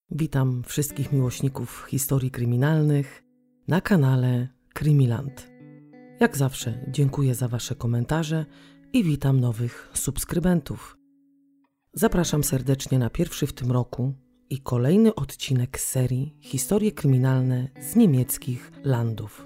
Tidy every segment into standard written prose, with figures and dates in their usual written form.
Witam wszystkich miłośników historii kryminalnych na kanale Krymiland. Jak zawsze dziękuję za Wasze komentarze i witam nowych subskrybentów. Zapraszam serdecznie na pierwszy w tym roku i kolejny odcinek z serii Historie kryminalne z niemieckich landów.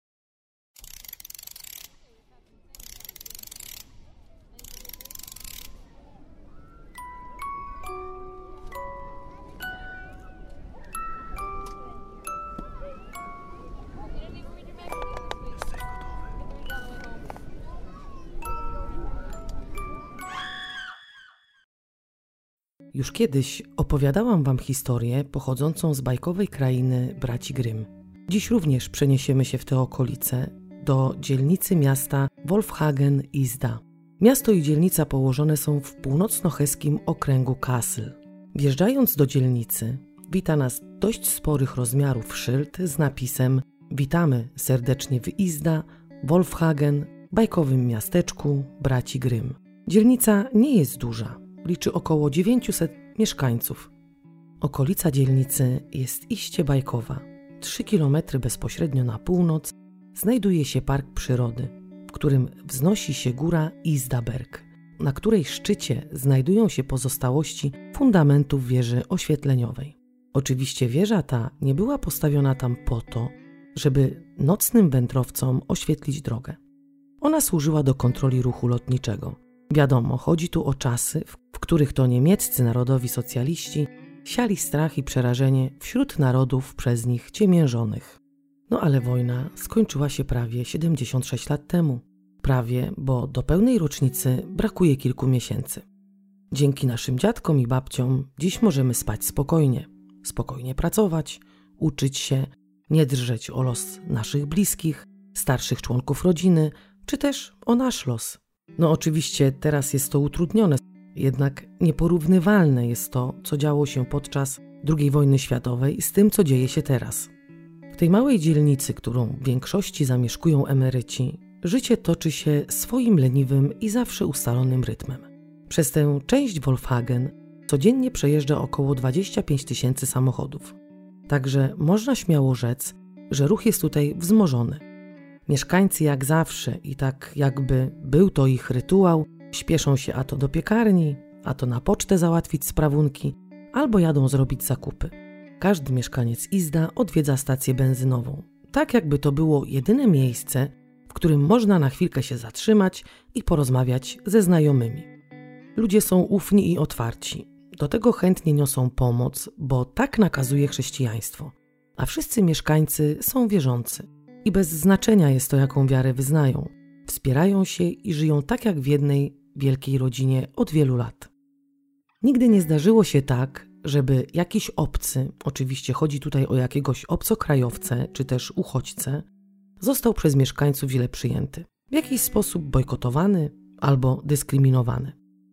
Już kiedyś opowiadałam Wam historię pochodzącą z bajkowej krainy braci Grimm. Dziś również przeniesiemy się w te okolice, do dzielnicy miasta Wolfhagen-Isda. Miasto i dzielnica położone są w północno-heskim okręgu Kassel. Wjeżdżając do dzielnicy, wita nas dość sporych rozmiarów szyld z napisem „Witamy serdecznie w Isda, Wolfhagen, bajkowym miasteczku braci Grimm”. Dzielnica nie jest duża. Liczy około 900 mieszkańców. Okolica dzielnicy jest iście bajkowa. 3 km bezpośrednio na północ znajduje się park przyrody, w którym wznosi się góra Isdaberg, na której szczycie znajdują się pozostałości fundamentów wieży oświetleniowej. Oczywiście wieża ta nie była postawiona tam po to, żeby nocnym wędrowcom oświetlić drogę. Ona służyła do kontroli ruchu lotniczego. Wiadomo, chodzi tu o czasy, w których to niemieccy narodowi socjaliści siali strach i przerażenie wśród narodów przez nich ciemiężonych. No ale wojna skończyła się prawie 76 lat temu. Prawie, bo do pełnej rocznicy brakuje kilku miesięcy. Dzięki naszym dziadkom i babciom dziś możemy spać spokojnie. Spokojnie pracować, uczyć się, nie drżeć o los naszych bliskich, starszych członków rodziny, czy też o nasz los. No oczywiście teraz jest to utrudnione, jednak nieporównywalne jest to, co działo się podczas II wojny światowej z tym, co dzieje się teraz. W tej małej dzielnicy, którą w większości zamieszkują emeryci, życie toczy się swoim leniwym i zawsze ustalonym rytmem. Przez tę część Wolfhagen codziennie przejeżdża około 25 000 samochodów. Także można śmiało rzec, że ruch jest tutaj wzmożony. Mieszkańcy jak zawsze i tak jakby był to ich rytuał, śpieszą się a to do piekarni, a to na pocztę załatwić sprawunki, albo jadą zrobić zakupy. Każdy mieszkaniec Isda odwiedza stację benzynową, tak jakby to było jedyne miejsce, w którym można na chwilkę się zatrzymać i porozmawiać ze znajomymi. Ludzie są ufni i otwarci, do tego chętnie niosą pomoc, bo tak nakazuje chrześcijaństwo, a wszyscy mieszkańcy są wierzący. I bez znaczenia jest to, jaką wiarę wyznają. Wspierają się i żyją tak jak w jednej wielkiej rodzinie od wielu lat. Nigdy nie zdarzyło się tak, żeby jakiś obcy, oczywiście chodzi tutaj o jakiegoś obcokrajowcę czy też uchodźcę, został przez mieszkańców źle przyjęty, w jakiś sposób bojkotowany albo dyskryminowany.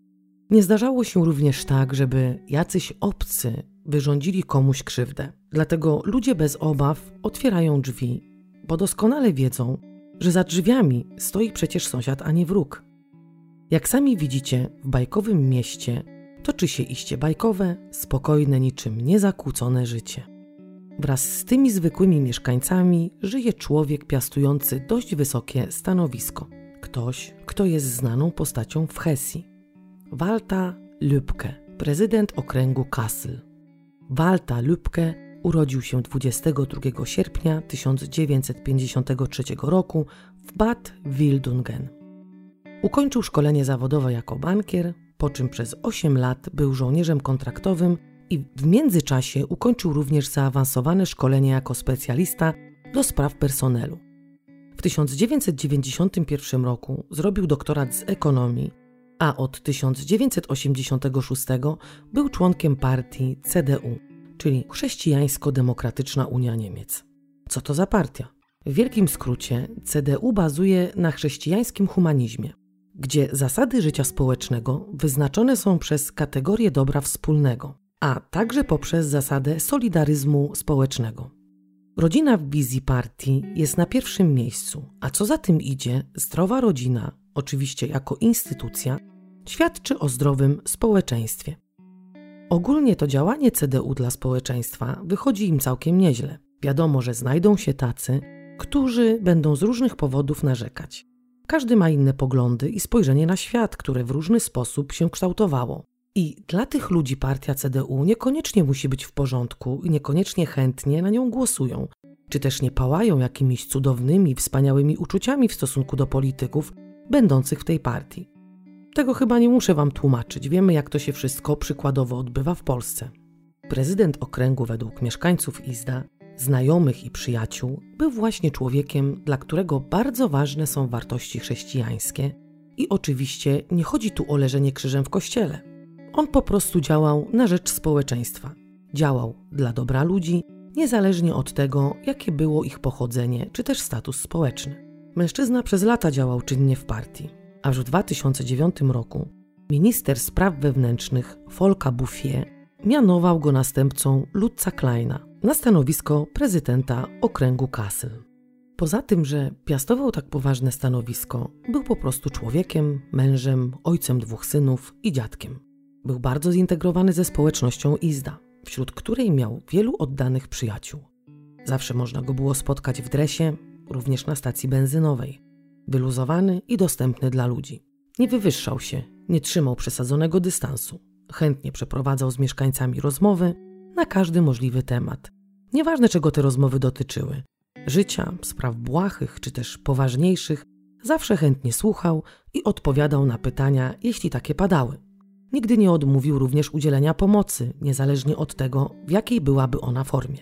Nie zdarzało się również tak, żeby jacyś obcy wyrządzili komuś krzywdę. Dlatego ludzie bez obaw otwierają drzwi, bo doskonale wiedzą, że za drzwiami stoi przecież sąsiad, a nie wróg. Jak sami widzicie, w bajkowym mieście toczy się iście bajkowe, spokojne, niczym niezakłócone życie. Wraz z tymi zwykłymi mieszkańcami żyje człowiek piastujący dość wysokie stanowisko. Ktoś, kto jest znaną postacią w Hesji. Walter Lübke, prezydent okręgu Kassel. Walter Lübke urodził się 22 sierpnia 1953 roku w Bad Wildungen. Ukończył szkolenie zawodowe jako bankier, po czym przez 8 lat był żołnierzem kontraktowym i w międzyczasie ukończył również zaawansowane szkolenie jako specjalista do spraw personelu. W 1991 roku zrobił doktorat z ekonomii, a od 1986 był członkiem partii CDU, czyli Chrześcijańsko-Demokratyczna Unia Niemiec. Co to za partia? W wielkim skrócie CDU bazuje na chrześcijańskim humanizmie, gdzie zasady życia społecznego wyznaczone są przez kategorię dobra wspólnego, a także poprzez zasadę solidaryzmu społecznego. Rodzina w wizji partii jest na pierwszym miejscu, a co za tym idzie, zdrowa rodzina, oczywiście jako instytucja, świadczy o zdrowym społeczeństwie. Ogólnie to działanie CDU dla społeczeństwa wychodzi im całkiem nieźle. Wiadomo, że znajdą się tacy, którzy będą z różnych powodów narzekać. Każdy ma inne poglądy i spojrzenie na świat, które w różny sposób się kształtowało. I dla tych ludzi partia CDU niekoniecznie musi być w porządku i niekoniecznie chętnie na nią głosują, czy też nie pałają jakimiś cudownymi, wspaniałymi uczuciami w stosunku do polityków będących w tej partii. Tego chyba nie muszę wam tłumaczyć, wiemy jak to się wszystko przykładowo odbywa w Polsce. Prezydent okręgu według mieszkańców Izda, znajomych i przyjaciół, był właśnie człowiekiem, dla którego bardzo ważne są wartości chrześcijańskie i oczywiście nie chodzi tu o leżenie krzyżem w kościele. On po prostu działał na rzecz społeczeństwa. Działał dla dobra ludzi, niezależnie od tego, jakie było ich pochodzenie czy też status społeczny. Mężczyzna przez lata działał czynnie w partii, aż w 2009 roku minister spraw wewnętrznych Volker Bouffier mianował go następcą Lutza Kleina na stanowisko prezydenta okręgu Kassel. Poza tym, że piastował tak poważne stanowisko, był po prostu człowiekiem, mężem, ojcem 2 synów i dziadkiem. Był bardzo zintegrowany ze społecznością Izda, wśród której miał wielu oddanych przyjaciół. Zawsze można go było spotkać w dresie, również na stacji benzynowej. Wyluzowany i dostępny dla ludzi. Nie wywyższał się, nie trzymał przesadzonego dystansu. Chętnie przeprowadzał z mieszkańcami rozmowy na każdy możliwy temat. Nieważne, czego te rozmowy dotyczyły. Życia, spraw błahych czy też poważniejszych, zawsze chętnie słuchał i odpowiadał na pytania, jeśli takie padały. Nigdy nie odmówił również udzielenia pomocy, niezależnie od tego, w jakiej byłaby ona formie.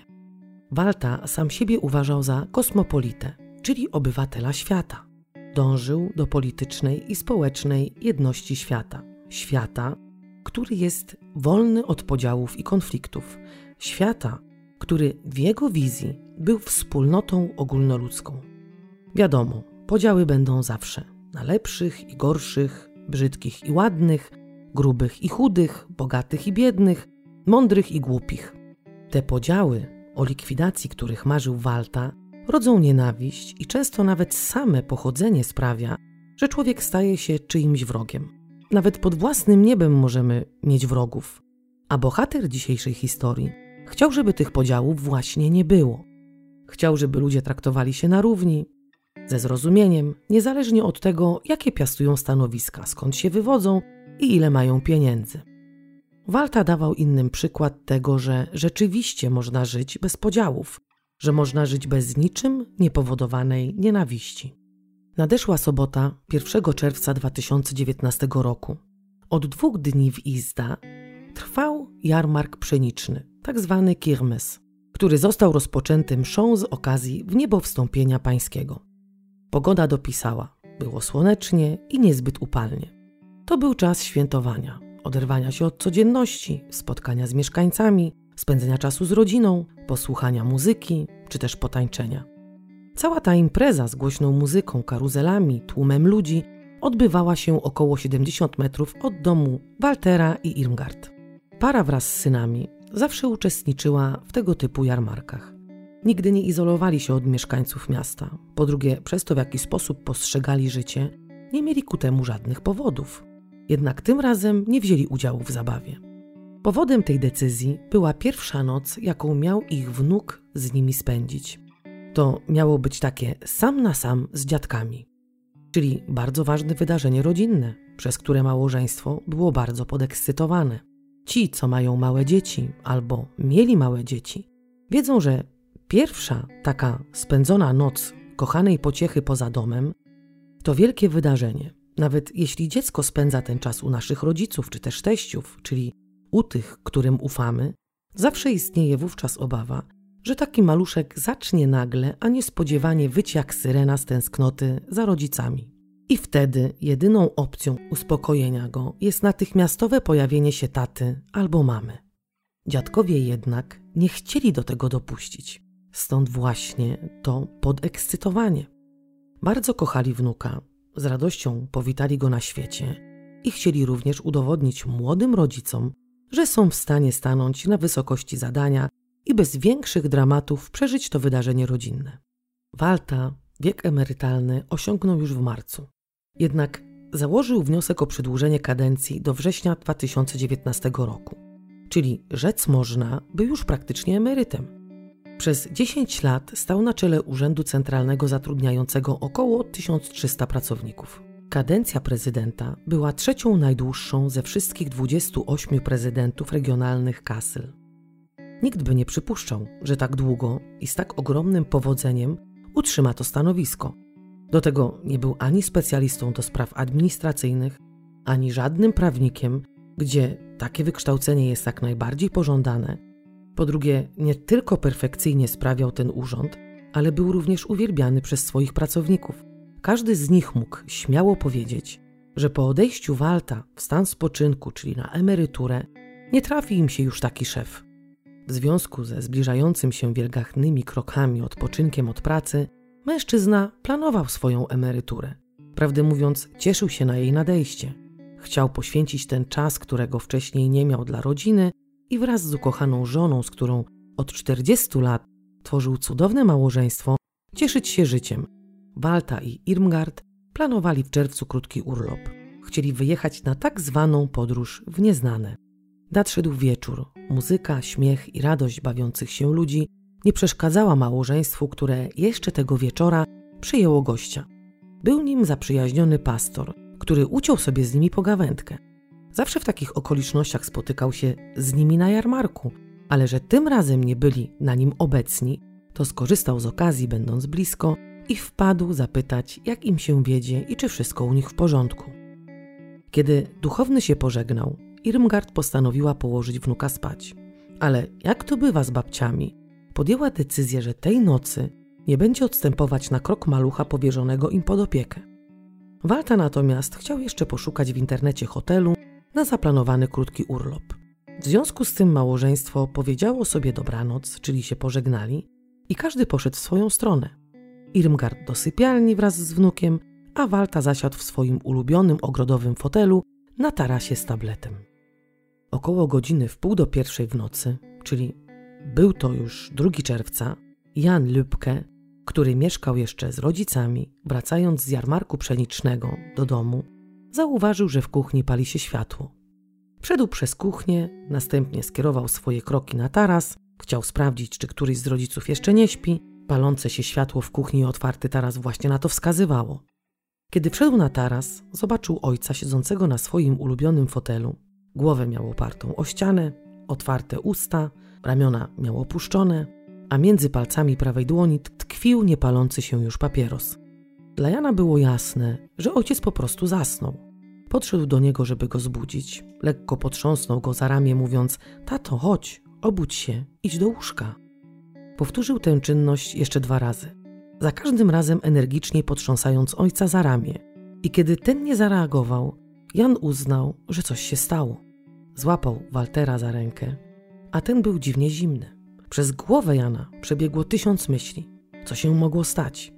Walta sam siebie uważał za kosmopolitę, czyli obywatela świata. Dążył do politycznej i społecznej jedności świata. Świata, który jest wolny od podziałów i konfliktów. Świata, który w jego wizji był wspólnotą ogólnoludzką. Wiadomo, podziały będą zawsze. Na lepszych i gorszych, brzydkich i ładnych, grubych i chudych, bogatych i biednych, mądrych i głupich. Te podziały, o likwidacji których marzył Walta, rodzą nienawiść i często nawet same pochodzenie sprawia, że człowiek staje się czyimś wrogiem. Nawet pod własnym niebem możemy mieć wrogów. A bohater dzisiejszej historii chciał, żeby tych podziałów właśnie nie było. Chciał, żeby ludzie traktowali się na równi, ze zrozumieniem, niezależnie od tego, jakie piastują stanowiska, skąd się wywodzą i ile mają pieniędzy. Walta dawał innym przykład tego, że rzeczywiście można żyć bez podziałów, że można żyć bez niczym niepowodowanej nienawiści. Nadeszła sobota 1 czerwca 2019 roku. Od 2 dni w Izda trwał jarmark pszeniczny, tak zwany kirmes, który został rozpoczęty mszą z okazji wniebowstąpienia pańskiego. Pogoda dopisała, było słonecznie i niezbyt upalnie. To był czas świętowania, oderwania się od codzienności, spotkania z mieszkańcami, spędzenia czasu z rodziną, posłuchania muzyki czy też potańczenia. Cała ta impreza z głośną muzyką, karuzelami, tłumem ludzi odbywała się około 70 metrów od domu Waltera i Irmgard. Para wraz z synami zawsze uczestniczyła w tego typu jarmarkach. Nigdy nie izolowali się od mieszkańców miasta. Po drugie, przez to w jaki sposób postrzegali życie, nie mieli ku temu żadnych powodów. Jednak tym razem nie wzięli udziału w zabawie. Powodem tej decyzji była pierwsza noc, jaką miał ich wnuk z nimi spędzić. To miało być takie sam na sam z dziadkami, czyli bardzo ważne wydarzenie rodzinne, przez które małżeństwo było bardzo podekscytowane. Ci, co mają małe dzieci albo mieli małe dzieci, wiedzą, że pierwsza taka spędzona noc kochanej pociechy poza domem to wielkie wydarzenie. Nawet jeśli dziecko spędza ten czas u naszych rodziców czy też teściów, czyli u tych, którym ufamy, zawsze istnieje wówczas obawa, że taki maluszek zacznie nagle, a niespodziewanie wyć jak syrena z tęsknoty za rodzicami. I wtedy jedyną opcją uspokojenia go jest natychmiastowe pojawienie się taty albo mamy. Dziadkowie jednak nie chcieli do tego dopuścić. Stąd właśnie to podekscytowanie. Bardzo kochali wnuka, z radością powitali go na świecie i chcieli również udowodnić młodym rodzicom, że są w stanie stanąć na wysokości zadania i bez większych dramatów przeżyć to wydarzenie rodzinne. Walta wiek emerytalny osiągnął już w marcu. Jednak założył wniosek o przedłużenie kadencji do września 2019 roku. czyli rzec można, był już praktycznie emerytem. Przez 10 lat stał na czele urzędu centralnego zatrudniającego około 1300 pracowników. Kadencja prezydenta była trzecią najdłuższą ze wszystkich 28 prezydentów regionalnych Kassel. Nikt by nie przypuszczał, że tak długo i z tak ogromnym powodzeniem utrzyma to stanowisko. Do tego nie był ani specjalistą do spraw administracyjnych, ani żadnym prawnikiem, gdzie takie wykształcenie jest jak najbardziej pożądane. Po drugie, nie tylko perfekcyjnie sprawiał ten urząd, ale był również uwielbiany przez swoich pracowników. Każdy z nich mógł śmiało powiedzieć, że po odejściu Walta w stan spoczynku, czyli na emeryturę, nie trafi im się już taki szef. W związku ze zbliżającym się wielgachnymi krokami odpoczynkiem od pracy, mężczyzna planował swoją emeryturę. Prawdę mówiąc, cieszył się na jej nadejście. Chciał poświęcić ten czas, którego wcześniej nie miał dla rodziny i wraz z ukochaną żoną, z którą od 40 lat tworzył cudowne małżeństwo, cieszyć się życiem. Walta i Irmgard planowali w czerwcu krótki urlop. Chcieli wyjechać na tak zwaną podróż w nieznane. Nadszedł wieczór. Muzyka, śmiech i radość bawiących się ludzi nie przeszkadzała małżeństwu, które jeszcze tego wieczora przyjęło gościa. Był nim zaprzyjaźniony pastor, który uciął sobie z nimi pogawędkę. Zawsze w takich okolicznościach spotykał się z nimi na jarmarku, ale że tym razem nie byli na nim obecni, to skorzystał z okazji, będąc blisko, i wpadł zapytać, jak im się wiedzie i czy wszystko u nich w porządku. Kiedy duchowny się pożegnał, Irmgard postanowiła położyć wnuka spać. Ale jak to bywa z babciami, podjęła decyzję, że tej nocy nie będzie odstępować na krok malucha powierzonego im pod opiekę. Walta natomiast chciał jeszcze poszukać w internecie hotelu na zaplanowany krótki urlop. W związku z tym małżeństwo powiedziało sobie dobranoc, czyli się pożegnali i każdy poszedł w swoją stronę. Irmgard do sypialni wraz z wnukiem, a Walta zasiadł w swoim ulubionym ogrodowym fotelu na tarasie z tabletem. Około godziny 12:30 w nocy, czyli był to już 2 czerwca, Jan Lübke, który mieszkał jeszcze z rodzicami, wracając z jarmarku pszenicznego do domu, zauważył, że w kuchni pali się światło. Wszedł przez kuchnię, następnie skierował swoje kroki na taras, chciał sprawdzić, czy któryś z rodziców jeszcze nie śpi. Palące się światło w kuchni i otwarty taras właśnie na to wskazywało. Kiedy wszedł na taras, zobaczył ojca siedzącego na swoim ulubionym fotelu. Głowę miał opartą o ścianę, otwarte usta, ramiona miał opuszczone, a między palcami prawej dłoni tkwił niepalący się już papieros. Dla Jana było jasne, że ojciec po prostu zasnął. Podszedł do niego, żeby go zbudzić. Lekko potrząsnął go za ramię, mówiąc: tato, chodź, obudź się, idź do łóżka. Powtórzył tę czynność jeszcze 2 razy. Za każdym razem energicznie potrząsając ojca za ramię. I kiedy ten nie zareagował, Jan uznał, że coś się stało. Złapał Waltera za rękę, a ten był dziwnie zimny. Przez głowę Jana przebiegło 1000 myśli. Co się mogło stać?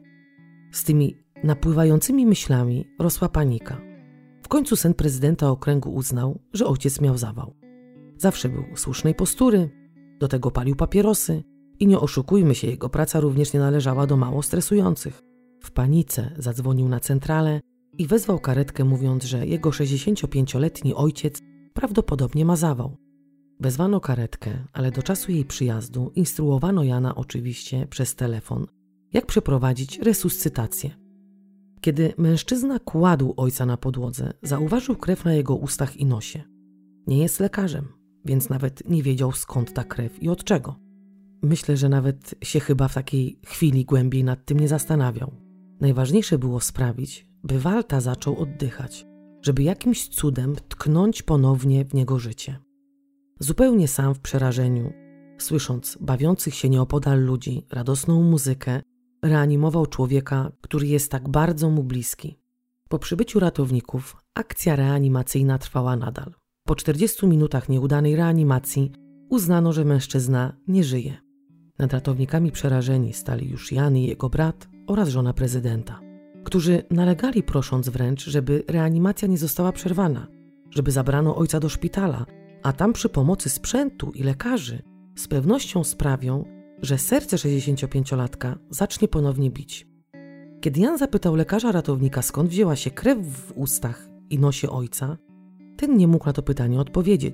Z tymi napływającymi myślami rosła panika. W końcu syn prezydenta okręgu uznał, że ojciec miał zawał. Zawsze był słusznej postury, do tego palił papierosy i nie oszukujmy się, jego praca również nie należała do mało stresujących. W panice zadzwonił na centralę i wezwał karetkę, mówiąc, że jego 65-letni ojciec prawdopodobnie ma zawał. Wezwano karetkę, ale do czasu jej przyjazdu instruowano Jana oczywiście przez telefon, jak przeprowadzić resuscytację. Kiedy mężczyzna kładł ojca na podłodze, zauważył krew na jego ustach i nosie. Nie jest lekarzem, więc nawet nie wiedział, skąd ta krew i od czego. Myślę, że nawet się chyba w takiej chwili głębiej nad tym nie zastanawiał. Najważniejsze było sprawić, by Walta zaczął oddychać, żeby jakimś cudem tknąć ponownie w niego życie. Zupełnie sam w przerażeniu, słysząc bawiących się nieopodal ludzi, radosną muzykę, reanimował człowieka, który jest tak bardzo mu bliski. Po przybyciu ratowników akcja reanimacyjna trwała nadal. Po 40 minutach nieudanej reanimacji uznano, że mężczyzna nie żyje. Nad ratownikami przerażeni stali już Jan i jego brat oraz żona prezydenta, którzy nalegali, prosząc wręcz, żeby reanimacja nie została przerwana, żeby zabrano ojca do szpitala, a tam przy pomocy sprzętu i lekarzy z pewnością sprawią, że serce 65-latka zacznie ponownie bić. Kiedy Jan zapytał lekarza ratownika, skąd wzięła się krew w ustach i nosie ojca, ten nie mógł na to pytanie odpowiedzieć.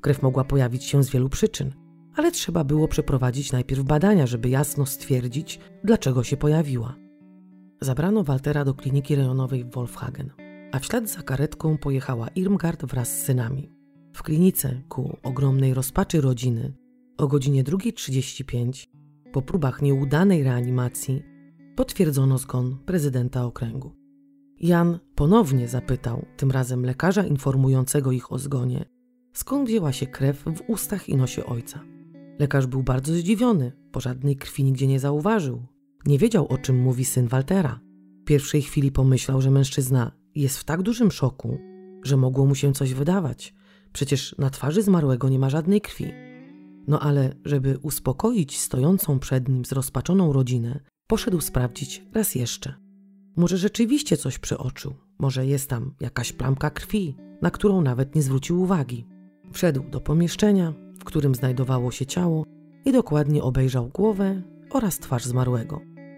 Krew mogła pojawić się z wielu przyczyn, ale trzeba było przeprowadzić najpierw badania, żeby jasno stwierdzić, dlaczego się pojawiła. Zabrano Waltera do kliniki rejonowej w Wolfhagen, a w ślad za karetką pojechała Irmgard wraz z synami. W klinice, ku ogromnej rozpaczy rodziny, o godzinie 2:35, po próbach nieudanej reanimacji, potwierdzono zgon prezydenta okręgu. Jan ponownie zapytał, tym razem lekarza informującego ich o zgonie, skąd wzięła się krew w ustach i nosie ojca. Lekarz był bardzo zdziwiony, bo żadnej krwi nigdzie nie zauważył. Nie wiedział, o czym mówi syn Waltera. W pierwszej chwili pomyślał, że mężczyzna jest w tak dużym szoku, że mogło mu się coś wydawać. Przecież na twarzy zmarłego nie ma żadnej krwi. No ale, żeby uspokoić stojącą przed nim zrozpaczoną rodzinę, poszedł sprawdzić raz jeszcze. Może rzeczywiście coś przeoczył, może jest tam jakaś plamka krwi, na którą nawet nie zwrócił uwagi. Wszedł do pomieszczenia, w którym znajdowało się ciało i dokładnie obejrzał głowę oraz twarz zmarłego.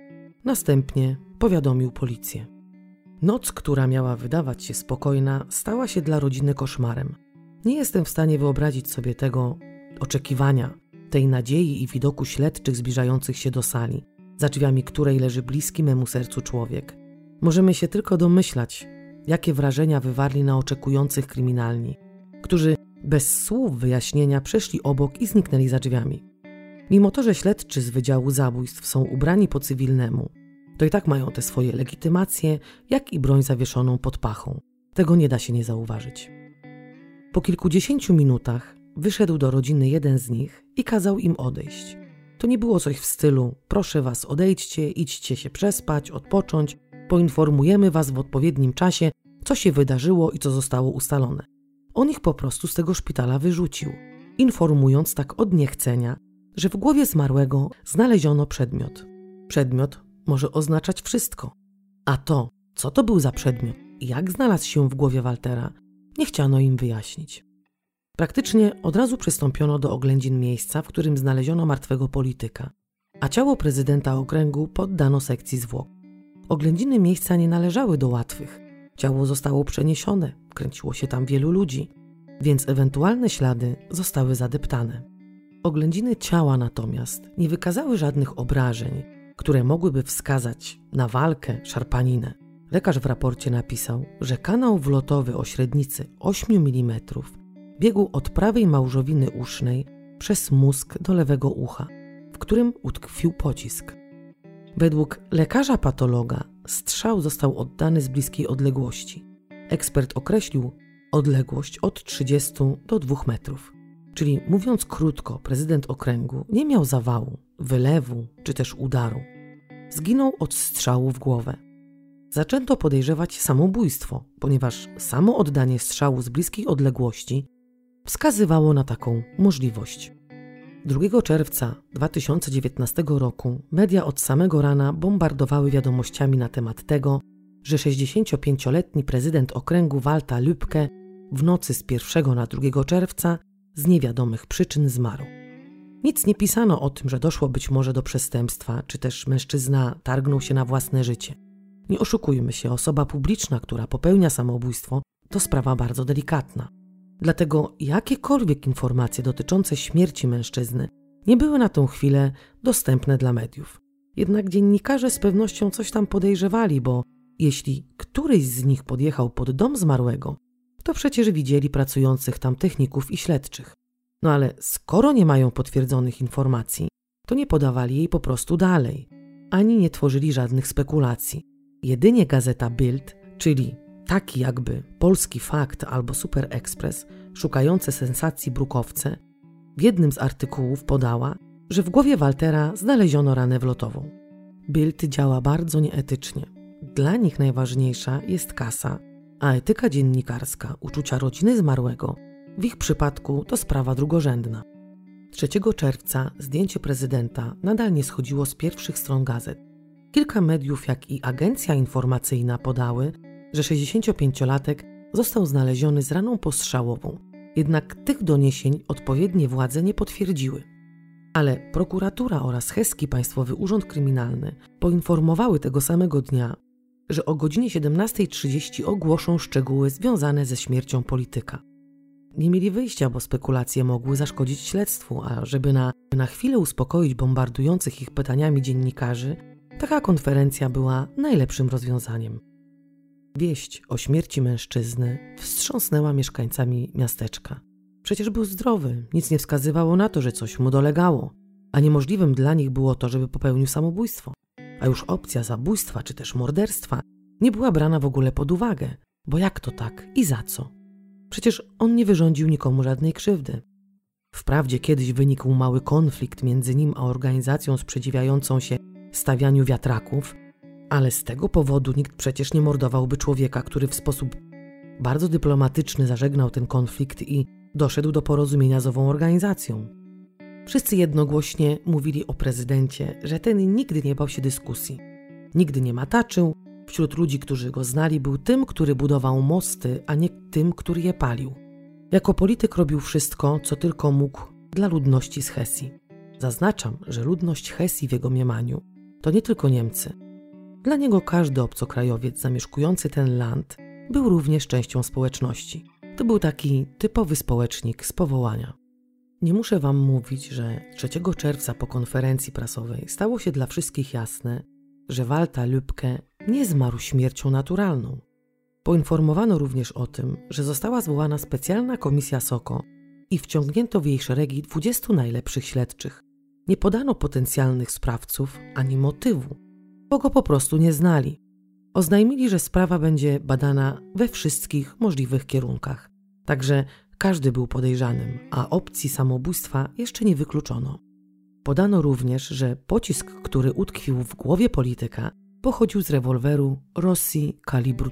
Następnie powiadomił policję. Noc, która miała wydawać się spokojna, stała się dla rodziny koszmarem. Nie jestem w stanie wyobrazić sobie tego oczekiwania, tej nadziei i widoku śledczych zbliżających się do sali, za drzwiami której leży bliski memu sercu człowiek. Możemy się tylko domyślać, jakie wrażenia wywarli na oczekujących kryminalni, którzy bez słów wyjaśnienia przeszli obok i zniknęli za drzwiami. Mimo to, że śledczy z Wydziału Zabójstw są ubrani po cywilnemu, to i tak mają te swoje legitymacje, jak i broń zawieszoną pod pachą. Tego nie da się nie zauważyć. Po kilkudziesięciu minutach wyszedł do rodziny jeden z nich i kazał im odejść. To nie było coś w stylu: proszę was, odejdźcie, idźcie się przespać, odpocząć, poinformujemy was w odpowiednim czasie, co się wydarzyło i co zostało ustalone. On ich po prostu z tego szpitala wyrzucił, informując tak od niechcenia, że w głowie zmarłego znaleziono przedmiot. Przedmiot może oznaczać wszystko. A to, co to był za przedmiot i jak znalazł się w głowie Waltera, nie chciano im wyjaśnić. Praktycznie od razu przystąpiono do oględzin miejsca, w którym znaleziono martwego polityka, a ciało prezydenta okręgu poddano sekcji zwłok. Oględziny miejsca nie należały do łatwych. Ciało zostało przeniesione, kręciło się tam wielu ludzi, więc ewentualne ślady zostały zadeptane. Oględziny ciała natomiast nie wykazały żadnych obrażeń, które mogłyby wskazać na walkę, szarpaninę. Lekarz w raporcie napisał, że kanał wlotowy o średnicy 8 mm biegł od prawej małżowiny usznej przez mózg do lewego ucha, w którym utkwił pocisk. Według lekarza patologa strzał został oddany z bliskiej odległości. Ekspert określił odległość od 30 do 2 metrów. Czyli mówiąc krótko, prezydent okręgu nie miał zawału, wylewu czy też udaru. Zginął od strzału w głowę. Zaczęto podejrzewać samobójstwo, ponieważ samo oddanie strzału z bliskiej odległości wskazywało na taką możliwość. 2 czerwca 2019 roku media od samego rana bombardowały wiadomościami na temat tego, że 65-letni prezydent okręgu Walta Lübke w nocy z 1 na 2 czerwca z niewiadomych przyczyn zmarł. Nic nie pisano o tym, że doszło być może do przestępstwa, czy też mężczyzna targnął się na własne życie. Nie oszukujmy się, osoba publiczna, która popełnia samobójstwo, to sprawa bardzo delikatna. Dlatego jakiekolwiek informacje dotyczące śmierci mężczyzny nie były na tę chwilę dostępne dla mediów. Jednak dziennikarze z pewnością coś tam podejrzewali, bo jeśli któryś z nich podjechał pod dom zmarłego, to przecież widzieli pracujących tam techników i śledczych. No ale skoro nie mają potwierdzonych informacji, to nie podawali jej po prostu dalej, ani nie tworzyli żadnych spekulacji. Jedynie gazeta Bild, czyli taki jakby Polski Fakt albo Super Express, szukające sensacji brukowce, w jednym z artykułów podała, że w głowie Waltera znaleziono ranę wlotową. Bild działa bardzo nieetycznie. Dla nich najważniejsza jest kasa, a etyka dziennikarska, uczucia rodziny zmarłego, w ich przypadku to sprawa drugorzędna. 3 czerwca zdjęcie prezydenta nadal nie schodziło z pierwszych stron gazet. Kilka mediów, jak i agencja informacyjna podały, że 65-latek został znaleziony z raną postrzałową, jednak tych doniesień odpowiednie władze nie potwierdziły. Ale prokuratura oraz Heski Państwowy Urząd Kryminalny poinformowały tego samego dnia, że o godzinie 17:30 ogłoszą szczegóły związane ze śmiercią polityka. nie mieli wyjścia, bo spekulacje mogły zaszkodzić śledztwu, a żeby na chwilę uspokoić bombardujących ich pytaniami dziennikarzy, taka konferencja była najlepszym rozwiązaniem. Wieść o śmierci mężczyzny wstrząsnęła mieszkańcami miasteczka. Przecież był zdrowy, nic nie wskazywało na to, że coś mu dolegało, a niemożliwym dla nich było to, żeby popełnił samobójstwo. A już opcja zabójstwa czy też morderstwa nie była brana w ogóle pod uwagę, bo jak to tak i za co? Przecież on nie wyrządził nikomu żadnej krzywdy. Wprawdzie kiedyś wynikł mały konflikt między nim a organizacją sprzeciwiającą się stawianiu wiatraków, ale z tego powodu nikt przecież nie mordowałby człowieka, który w sposób bardzo dyplomatyczny zażegnał ten konflikt i doszedł do porozumienia z ową organizacją. Wszyscy jednogłośnie mówili o prezydencie, że ten nigdy nie bał się dyskusji, nigdy nie mataczył. Wśród ludzi, którzy go znali, był tym, który budował mosty, a nie tym, który je palił. Jako polityk robił wszystko, co tylko mógł dla ludności z Hesji. Zaznaczam, że ludność Hesji w jego mniemaniu to nie tylko Niemcy. Dla niego każdy obcokrajowiec zamieszkujący ten land był również częścią społeczności. To był taki typowy społecznik z powołania. Nie muszę wam mówić, że 3 czerwca po konferencji prasowej stało się dla wszystkich jasne, że Walter Lübke nie zmarł śmiercią naturalną. Poinformowano również o tym, że została zwołana specjalna komisja SOKO i wciągnięto w jej szeregi 20 najlepszych śledczych. Nie podano potencjalnych sprawców ani motywu, bo go po prostu nie znali. Oznajmili, że sprawa będzie badana we wszystkich możliwych kierunkach. Także każdy był podejrzanym, a opcji samobójstwa jeszcze nie wykluczono. Podano również, że pocisk, który utkwił w głowie polityka, pochodził z rewolweru Rossi kalibru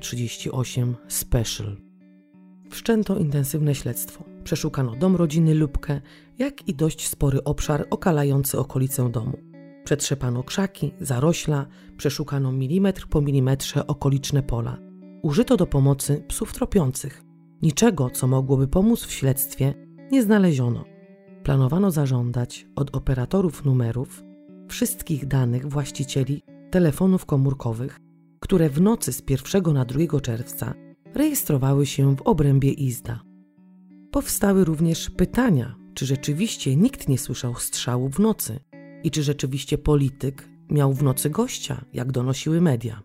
38 Special. Wszczęto intensywne śledztwo. Przeszukano dom rodziny Lübke, jak i dość spory obszar okalający okolicę domu. Przetrzepano krzaki, zarośla, przeszukano milimetr po milimetrze okoliczne pola. Użyto do pomocy psów tropiących. Niczego, co mogłoby pomóc w śledztwie, nie znaleziono. Planowano zażądać od operatorów numerów wszystkich danych właścicieli telefonów komórkowych, które w nocy z 1 na 2 czerwca rejestrowały się w obrębie Izda. Powstały również pytania, czy rzeczywiście nikt nie słyszał strzału w nocy i czy rzeczywiście polityk miał w nocy gościa, jak donosiły media.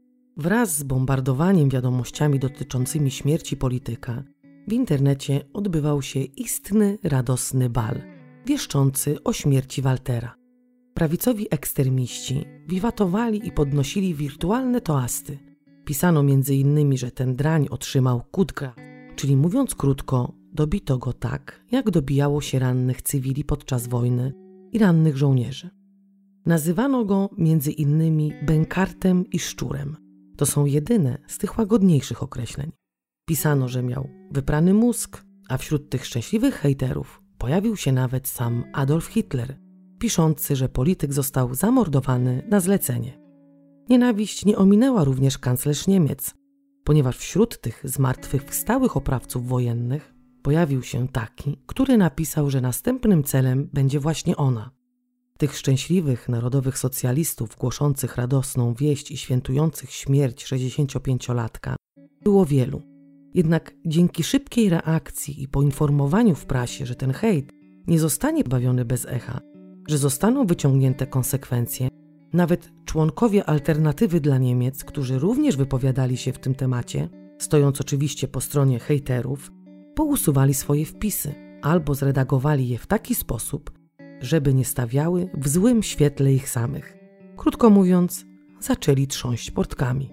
Wraz z bombardowaniem wiadomościami dotyczącymi śmierci polityka w internecie odbywał się istny, radosny bal, wieszczący o śmierci Waltera. Prawicowi ekstremiści wiwatowali i podnosili wirtualne toasty. Pisano m.in., że ten drań otrzymał kutka, czyli mówiąc krótko, dobito go tak, jak dobijało się rannych cywili podczas wojny i rannych żołnierzy. Nazywano go m.in. bękartem i szczurem. To są jedyne z tych łagodniejszych określeń. Pisano, że miał wyprany mózg, a wśród tych szczęśliwych hejterów pojawił się nawet sam Adolf Hitler, piszący, że polityk został zamordowany na zlecenie. Nienawiść nie ominęła również kanclerz Niemiec, ponieważ wśród tych zmartwychwstałych oprawców wojennych pojawił się taki, który napisał, że następnym celem będzie właśnie ona. Tych szczęśliwych narodowych socjalistów głoszących radosną wieść i świętujących śmierć 65-latka było wielu. Jednak dzięki szybkiej reakcji i poinformowaniu w prasie, że ten hejt nie zostanie bawiony bez echa, że zostaną wyciągnięte konsekwencje, nawet członkowie Alternatywy dla Niemiec, którzy również wypowiadali się w tym temacie, stojąc oczywiście po stronie hejterów, pousuwali swoje wpisy albo zredagowali je w taki sposób, żeby nie stawiały w złym świetle ich samych. Krótko mówiąc, zaczęli trząść portkami.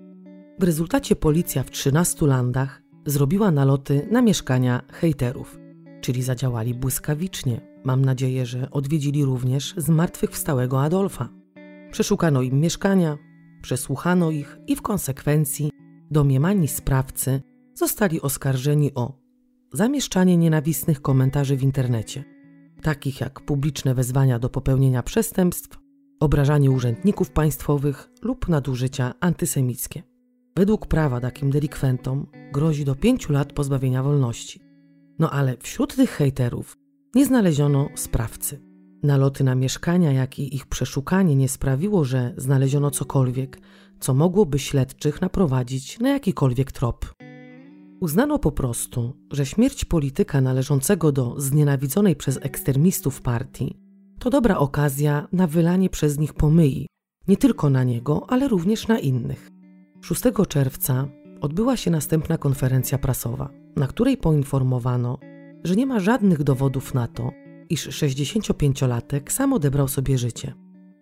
W rezultacie policja w 13 landach zrobiła naloty na mieszkania hejterów, czyli zadziałali błyskawicznie. Mam nadzieję, że odwiedzili również zmartwychwstałego Adolfa. Przeszukano im mieszkania, przesłuchano ich i w konsekwencji domniemani sprawcy zostali oskarżeni o zamieszczanie nienawistnych komentarzy w internecie, takich jak publiczne wezwania do popełnienia przestępstw, obrażanie urzędników państwowych lub nadużycia antysemickie. Według prawa takim delikwentom grozi do 5 lat pozbawienia wolności. No ale wśród tych hejterów nie znaleziono sprawcy. Naloty na mieszkania, jak i ich przeszukanie nie sprawiło, że znaleziono cokolwiek, co mogłoby śledczych naprowadzić na jakikolwiek trop. Uznano po prostu, że śmierć polityka należącego do znienawidzonej przez ekstremistów partii to dobra okazja na wylanie przez nich pomyji, nie tylko na niego, ale również na innych. 6 czerwca odbyła się następna konferencja prasowa, na której poinformowano, że nie ma żadnych dowodów na to, iż 65-latek sam odebrał sobie życie.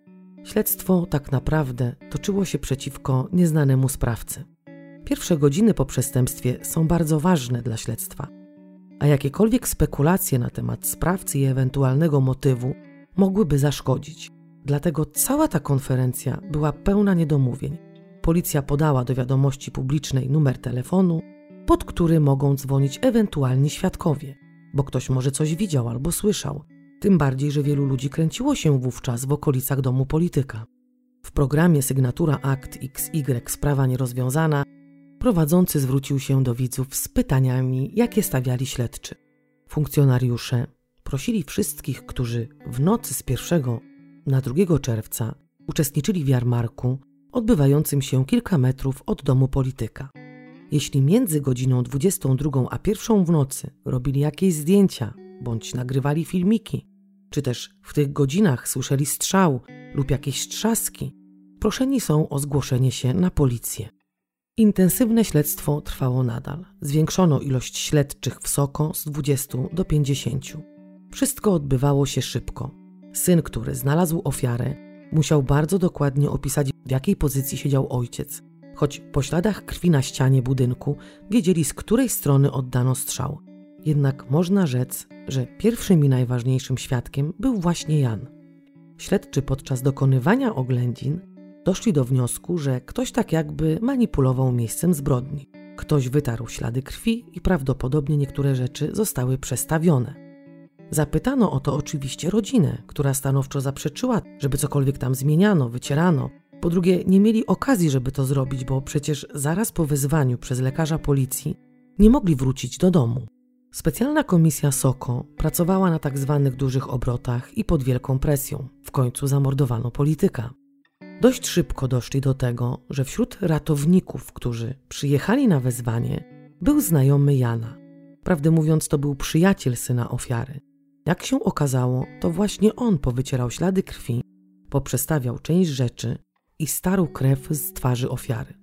Śledztwo tak naprawdę toczyło się przeciwko nieznanemu sprawcy. Pierwsze godziny po przestępstwie są bardzo ważne dla śledztwa, a jakiekolwiek spekulacje na temat sprawcy i ewentualnego motywu mogłyby zaszkodzić. Dlatego cała ta konferencja była pełna niedomówień. Policja podała do wiadomości publicznej numer telefonu, pod który mogą dzwonić ewentualni świadkowie, bo ktoś może coś widział albo słyszał, tym bardziej, że wielu ludzi kręciło się wówczas w okolicach domu polityka. W programie Sygnatura Akt XY Sprawa nierozwiązana prowadzący zwrócił się do widzów z pytaniami, jakie stawiali śledczy. Funkcjonariusze prosili wszystkich, którzy w nocy z 1 na 2 czerwca uczestniczyli w jarmarku odbywającym się kilka metrów od domu polityka. Jeśli między godziną 22 a 1 w nocy robili jakieś zdjęcia bądź nagrywali filmiki, czy też w tych godzinach słyszeli strzał lub jakieś strzaski, proszeni są o zgłoszenie się na policję. Intensywne śledztwo trwało nadal. Zwiększono ilość śledczych w SOKO z 20 do 50. Wszystko odbywało się szybko. Syn, który znalazł ofiarę, musiał bardzo dokładnie opisać, w jakiej pozycji siedział ojciec, choć po śladach krwi na ścianie budynku wiedzieli, z której strony oddano strzał. Jednak można rzec, że pierwszym i najważniejszym świadkiem był właśnie Jan. Śledczy podczas dokonywania oględzin doszli do wniosku, że ktoś tak jakby manipulował miejscem zbrodni. Ktoś wytarł ślady krwi i prawdopodobnie niektóre rzeczy zostały przestawione. Zapytano o to oczywiście rodzinę, która stanowczo zaprzeczyła, żeby cokolwiek tam zmieniano, wycierano. Po drugie, nie mieli okazji, żeby to zrobić, bo przecież zaraz po wezwaniu przez lekarza policji nie mogli wrócić do domu. Specjalna komisja SOKO pracowała na tak zwanych dużych obrotach i pod wielką presją. W końcu zamordowano polityka. Dość szybko doszli do tego, że wśród ratowników, którzy przyjechali na wezwanie, był znajomy Jana. Prawdę mówiąc, to był przyjaciel syna ofiary. Jak się okazało, to właśnie on powycierał ślady krwi, poprzestawiał część rzeczy i starł krew z twarzy ofiary.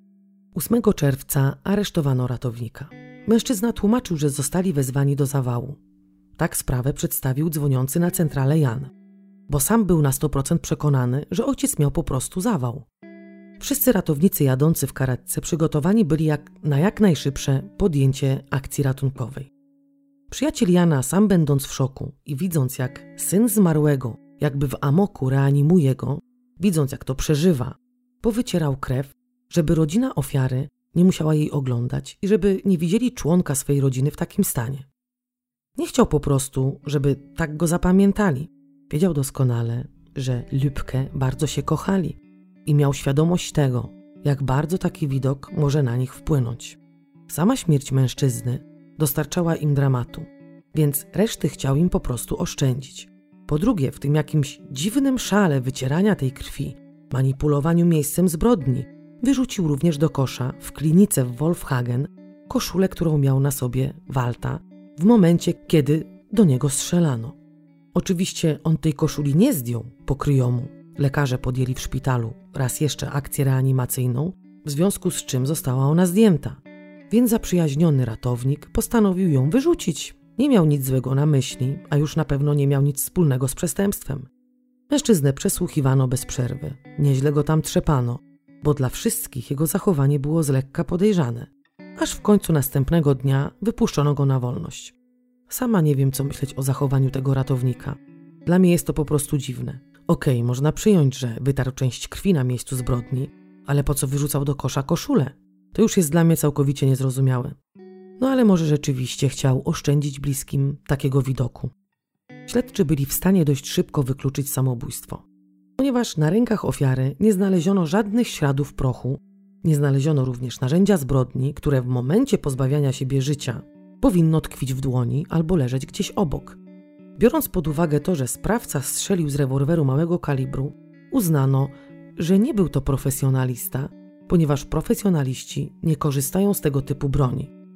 8 czerwca aresztowano ratownika. Mężczyzna tłumaczył, że zostali wezwani do zawału. Tak sprawę przedstawił dzwoniący na centralę Jan, bo sam był na 100% przekonany, że ojciec miał po prostu zawał. Wszyscy ratownicy jadący w karetce przygotowani byli na jak najszybsze podjęcie akcji ratunkowej. Przyjaciel Jana, sam będąc w szoku i widząc, jak syn zmarłego jakby w amoku reanimuje go, widząc, jak to przeżywa, powycierał krew, żeby rodzina ofiary nie musiała jej oglądać i żeby nie widzieli członka swej rodziny w takim stanie. Nie chciał po prostu, żeby tak go zapamiętali. Wiedział doskonale, że Lübke bardzo się kochali i miał świadomość tego, jak bardzo taki widok może na nich wpłynąć. Sama śmierć mężczyzny dostarczała im dramatu, więc reszty chciał im po prostu oszczędzić. Po drugie, w tym jakimś dziwnym szale wycierania tej krwi, manipulowaniu miejscem zbrodni, wyrzucił również do kosza w klinice w Wolfhagen koszulę, którą miał na sobie Walta w momencie, kiedy do niego strzelano. Oczywiście on tej koszuli nie zdjął po kryjomu. Lekarze podjęli w szpitalu raz jeszcze akcję reanimacyjną, w związku z czym została ona zdjęta. Więc zaprzyjaźniony ratownik postanowił ją wyrzucić. Nie miał nic złego na myśli, a już na pewno nie miał nic wspólnego z przestępstwem. Mężczyznę przesłuchiwano bez przerwy. Nieźle go tam trzepano, bo dla wszystkich jego zachowanie było z lekka podejrzane. Aż w końcu następnego dnia wypuszczono go na wolność. Sama nie wiem, co myśleć o zachowaniu tego ratownika. Dla mnie jest to po prostu dziwne. Okej, można przyjąć, że wytarł część krwi na miejscu zbrodni, ale po co wyrzucał do kosza koszulę? To już jest dla mnie całkowicie niezrozumiałe. No ale może rzeczywiście chciał oszczędzić bliskim takiego widoku. Śledczy byli w stanie dość szybko wykluczyć samobójstwo. Ponieważ na rękach ofiary nie znaleziono żadnych śladów prochu, nie znaleziono również narzędzia zbrodni, które w momencie pozbawiania siebie życia powinno tkwić w dłoni albo leżeć gdzieś obok. Biorąc pod uwagę to, że sprawca strzelił z rewolweru małego kalibru, uznano, że nie był to profesjonalista, ponieważ profesjonaliści nie korzystają z tego typu broni.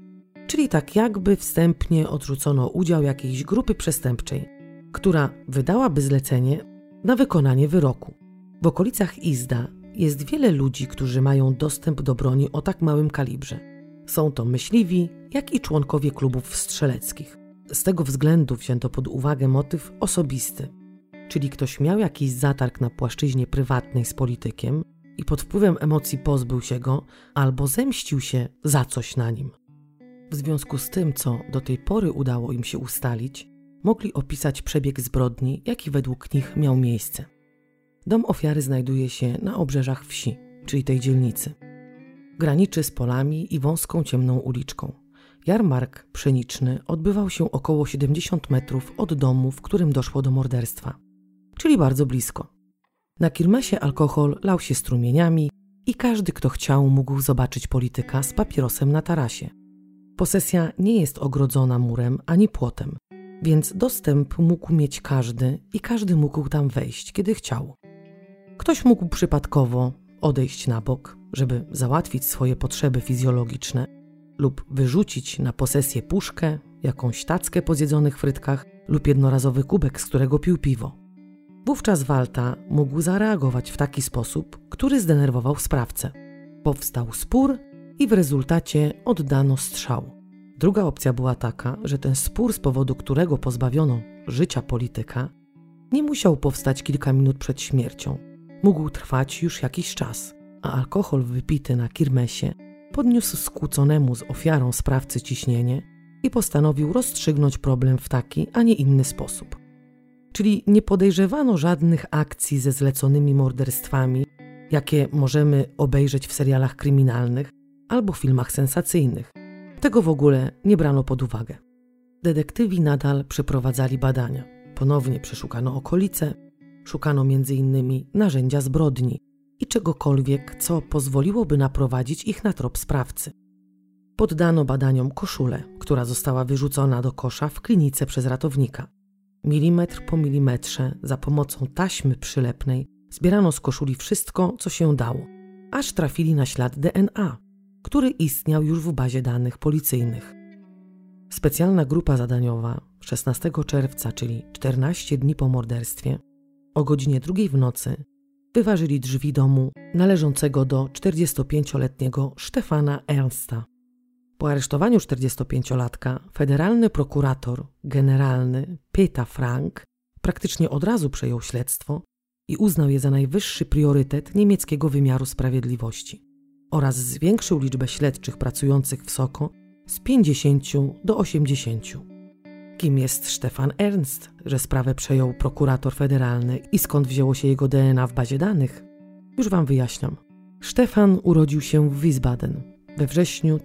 czyli tak jakby wstępnie odrzucono udział jakiejś grupy przestępczej, która wydałaby zlecenie na wykonanie wyroku. W okolicach Izda jest wiele ludzi, którzy mają dostęp do broni o tak małym kalibrze. Są to myśliwi, jak i członkowie klubów strzeleckich. Z tego względu wzięto pod uwagę motyw osobisty, czyli ktoś miał jakiś zatarg na płaszczyźnie prywatnej z politykiem i pod wpływem emocji pozbył się go albo zemścił się za coś na nim. W związku z tym, co do tej pory udało im się ustalić, mogli opisać przebieg zbrodni, jaki według nich miał miejsce. Dom ofiary znajduje się na obrzeżach wsi, czyli tej dzielnicy. Graniczy z polami i wąską ciemną uliczką. Jarmark pszeniczny odbywał się około 70 metrów od domu, w którym doszło do morderstwa, czyli bardzo blisko. Na kirmesie alkohol lał się strumieniami i każdy, kto chciał, mógł zobaczyć polityka z papierosem na tarasie. Posesja nie jest ogrodzona murem ani płotem, więc dostęp mógł mieć każdy i każdy mógł tam wejść, kiedy chciał. Ktoś mógł przypadkowo odejść na bok, żeby załatwić swoje potrzeby fizjologiczne lub wyrzucić na posesję puszkę, jakąś tackę po zjedzonych frytkach lub jednorazowy kubek, z którego pił piwo. Wówczas Walta mógł zareagować w taki sposób, który zdenerwował sprawcę. Powstał spór i w rezultacie oddano strzał. Druga opcja była taka, że ten spór, z powodu którego pozbawiono życia polityka, nie musiał powstać kilka minut przed śmiercią. Mógł trwać już jakiś czas, a alkohol wypity na kirmesie podniósł skłóconemu z ofiarą sprawcy ciśnienie i postanowił rozstrzygnąć problem w taki, a nie inny sposób. Czyli nie podejrzewano żadnych akcji ze zleconymi morderstwami, jakie możemy obejrzeć w serialach kryminalnych albo filmach sensacyjnych. Tego w ogóle nie brano pod uwagę. Detektywi nadal przeprowadzali badania. Ponownie przeszukano okolice, szukano m.in. narzędzia zbrodni i czegokolwiek, co pozwoliłoby naprowadzić ich na trop sprawcy. Poddano badaniom koszulę, która została wyrzucona do kosza w klinice przez ratownika. Milimetr po milimetrze za pomocą taśmy przylepnej zbierano z koszuli wszystko, co się dało, aż trafili na ślad DNA, który istniał już w bazie danych policyjnych. Specjalna grupa zadaniowa 16 czerwca, czyli 14 dni po morderstwie, o godzinie 2 w nocy wyważyli drzwi domu należącego do 45-letniego Stefana Ernsta. Po aresztowaniu 45-latka federalny prokurator generalny Peter Frank praktycznie od razu przejął śledztwo i uznał je za najwyższy priorytet niemieckiego wymiaru sprawiedliwości oraz zwiększył liczbę śledczych pracujących w SOKO z 50 do 80. Kim jest Stefan Ernst, że sprawę przejął prokurator federalny i skąd wzięło się jego DNA w bazie danych? Już wam wyjaśniam. Stefan urodził się w Wiesbaden we wrześniu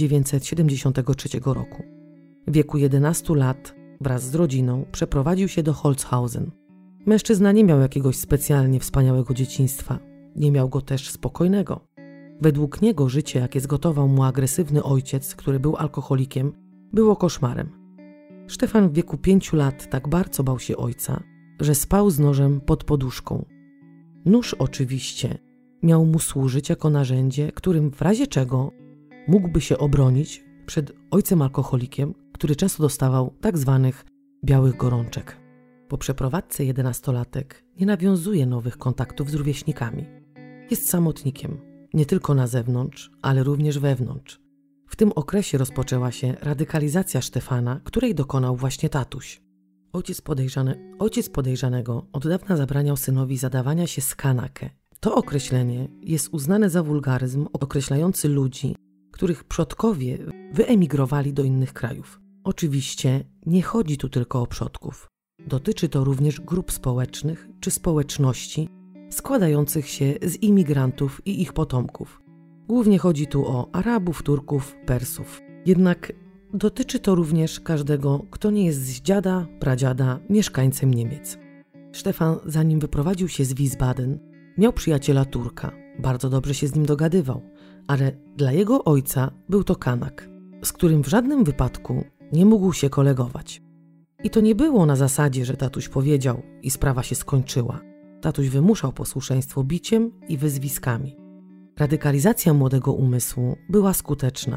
1973 roku. W wieku 11 lat wraz z rodziną przeprowadził się do Holzhausen. Mężczyzna nie miał jakiegoś specjalnie wspaniałego dzieciństwa. Nie miał go też spokojnego. Według niego życie, jakie zgotował mu agresywny ojciec, który był alkoholikiem, było koszmarem. Stefan w wieku 5 lat tak bardzo bał się ojca, że spał z nożem pod poduszką. Nóż oczywiście miał mu służyć jako narzędzie, którym w razie czego mógłby się obronić przed ojcem alkoholikiem, który często dostawał tak zwanych białych gorączek. Po przeprowadzce 11-latek nie nawiązuje nowych kontaktów z rówieśnikami. Jest samotnikiem, nie tylko na zewnątrz, ale również wewnątrz. W tym okresie rozpoczęła się radykalizacja Stefana, której dokonał właśnie tatuś. Ojciec podejrzanego od dawna zabraniał synowi zadawania się z kanake. To określenie jest uznane za wulgaryzm określający ludzi, których przodkowie wyemigrowali do innych krajów. Oczywiście nie chodzi tu tylko o przodków. Dotyczy to również grup społecznych czy społeczności składających się z imigrantów i ich potomków. Głównie chodzi tu o Arabów, Turków, Persów. Jednak dotyczy to również każdego, kto nie jest z dziada, pradziada mieszkańcem Niemiec. Stefan, zanim wyprowadził się z Wiesbaden, miał przyjaciela Turka. Bardzo dobrze się z nim dogadywał, ale dla jego ojca był to kanak, z którym w żadnym wypadku nie mógł się kolegować. I to nie było na zasadzie, że tatuś powiedział i sprawa się skończyła. Tatuś wymuszał posłuszeństwo biciem i wyzwiskami. Radykalizacja młodego umysłu była skuteczna.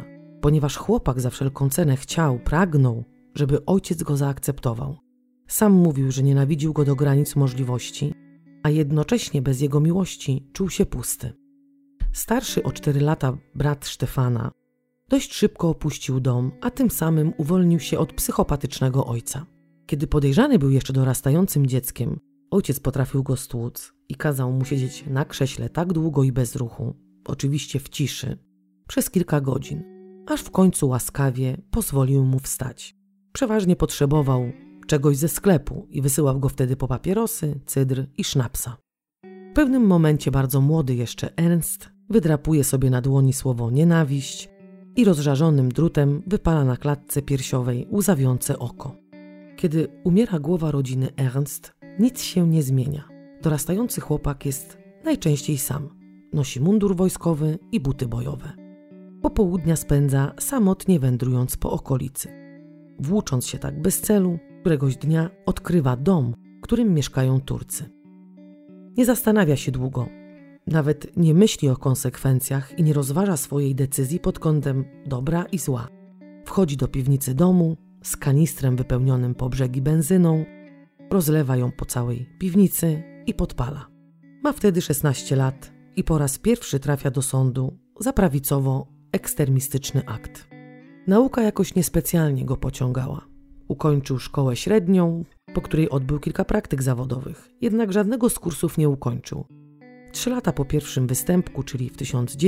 ponieważ chłopak za wszelką cenę pragnął, żeby ojciec go zaakceptował. Sam mówił, że nienawidził go do granic możliwości, a jednocześnie bez jego miłości czuł się pusty. Starszy o 4 lata brat Stefana dość szybko opuścił dom, a tym samym uwolnił się od psychopatycznego ojca. Kiedy podejrzany był jeszcze dorastającym dzieckiem, ojciec potrafił go stłuc i kazał mu siedzieć na krześle tak długo i bez ruchu, oczywiście w ciszy, przez kilka godzin, aż w końcu łaskawie pozwolił mu wstać. Przeważnie potrzebował czegoś ze sklepu i wysyłał go wtedy po papierosy, cydr i sznapsa. W pewnym momencie bardzo młody jeszcze Ernst wydrapuje sobie na dłoni słowo nienawiść i rozżarzonym drutem wypala na klatce piersiowej łzawiące oko. Kiedy umiera głowa rodziny Ernst, nic się nie zmienia. Dorastający chłopak jest najczęściej sam. Nosi mundur wojskowy i buty bojowe. Popołudnia spędza samotnie wędrując po okolicy. Włócząc się tak bez celu, któregoś dnia odkrywa dom, w którym mieszkają Turcy. Nie zastanawia się długo. Nawet nie myśli o konsekwencjach i nie rozważa swojej decyzji pod kątem dobra i zła. Wchodzi do piwnicy domu z kanistrem wypełnionym po brzegi benzyną, rozlewa ją po całej piwnicy i podpala. Ma wtedy 16 lat i po raz pierwszy trafia do sądu za prawicowo-ekstremistyczny akt. Nauka jakoś niespecjalnie go pociągała. Ukończył szkołę średnią, po której odbył kilka praktyk zawodowych, jednak żadnego z kursów nie ukończył. 3 lata po pierwszym występku, czyli w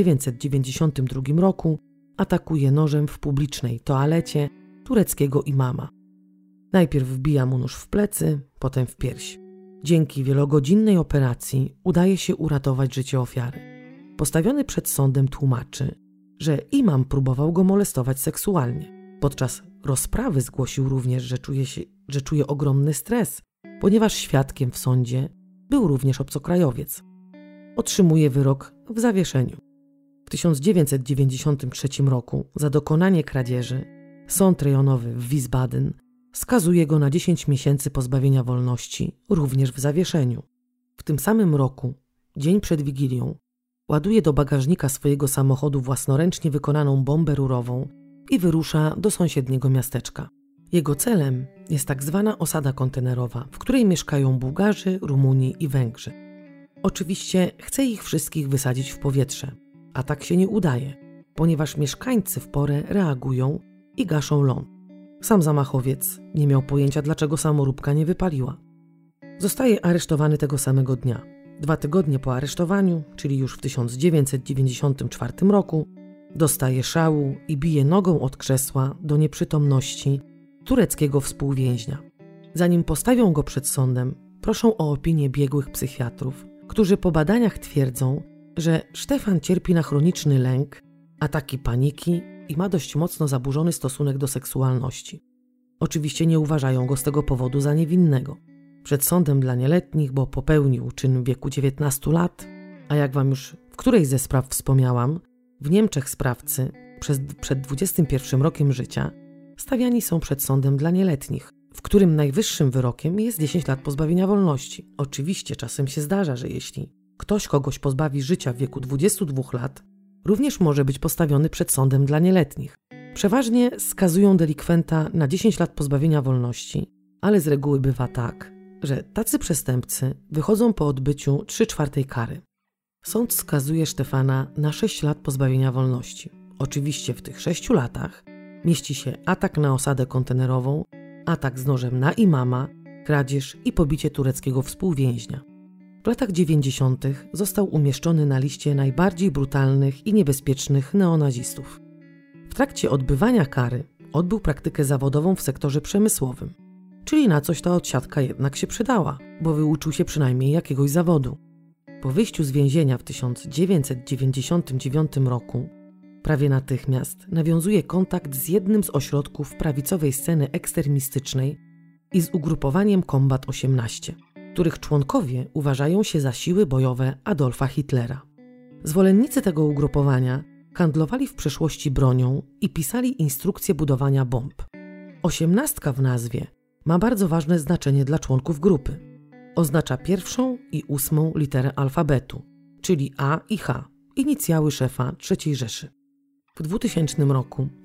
1992 roku, atakuje nożem w publicznej toalecie tureckiego imama. Najpierw wbija mu nóż w plecy, potem w pierś. Dzięki wielogodzinnej operacji udaje się uratować życie ofiary. Postawiony przed sądem tłumaczy, że imam próbował go molestować seksualnie. Podczas rozprawy zgłosił również, że czuje ogromny stres, ponieważ świadkiem w sądzie był również obcokrajowiec. Otrzymuje wyrok w zawieszeniu. W 1993 roku za dokonanie kradzieży sąd rejonowy w Wiesbaden skazuje go na 10 miesięcy pozbawienia wolności, również w zawieszeniu. W tym samym roku, dzień przed Wigilią, ładuje do bagażnika swojego samochodu własnoręcznie wykonaną bombę rurową i wyrusza do sąsiedniego miasteczka. Jego celem jest tak zwana osada kontenerowa, w której mieszkają Bułgarzy, Rumuni i Węgrzy. Oczywiście chce ich wszystkich wysadzić w powietrze, a tak się nie udaje, ponieważ mieszkańcy w porę reagują i gaszą ląd. Sam zamachowiec nie miał pojęcia, dlaczego samoróbka nie wypaliła. Zostaje aresztowany tego samego dnia. 2 tygodnie po aresztowaniu, czyli już w 1994 roku, dostaje szału i bije nogą od krzesła do nieprzytomności tureckiego współwięźnia. Zanim postawią go przed sądem, proszą o opinię biegłych psychiatrów, którzy po badaniach twierdzą, że Stefan cierpi na chroniczny lęk, ataki paniki i ma dość mocno zaburzony stosunek do seksualności. Oczywiście nie uważają go z tego powodu za niewinnego. Przed sądem dla nieletnich, bo popełnił czyn w wieku 19 lat, a jak wam już w którejś ze spraw wspomniałam, w Niemczech sprawcy przed 21 rokiem życia stawiani są przed sądem dla nieletnich, w którym najwyższym wyrokiem jest 10 lat pozbawienia wolności. Oczywiście czasem się zdarza, że jeśli ktoś kogoś pozbawi życia w wieku 22 lat, również może być postawiony przed sądem dla nieletnich. Przeważnie skazują delikwenta na 10 lat pozbawienia wolności, ale z reguły bywa tak, że tacy przestępcy wychodzą po odbyciu 3/4 kary. Sąd skazuje Stefana na 6 lat pozbawienia wolności. Oczywiście w tych 6 latach mieści się atak na osadę kontenerową, atak z nożem na imama, kradzież i pobicie tureckiego współwięźnia. W latach 90. został umieszczony na liście najbardziej brutalnych i niebezpiecznych neonazistów. W trakcie odbywania kary odbył praktykę zawodową w sektorze przemysłowym, czyli na coś ta odsiadka jednak się przydała, bo wyuczył się przynajmniej jakiegoś zawodu. Po wyjściu z więzienia w 1999 roku prawie natychmiast nawiązuje kontakt z jednym z ośrodków prawicowej sceny ekstremistycznej i z ugrupowaniem Combat 18, których członkowie uważają się za siły bojowe Adolfa Hitlera. Zwolennicy tego ugrupowania handlowali w przeszłości bronią i pisali instrukcje budowania bomb. 18 w nazwie ma bardzo ważne znaczenie dla członków grupy. Oznacza 1. i 8. literę alfabetu, czyli A i H, inicjały szefa III Rzeszy. W 2000 roku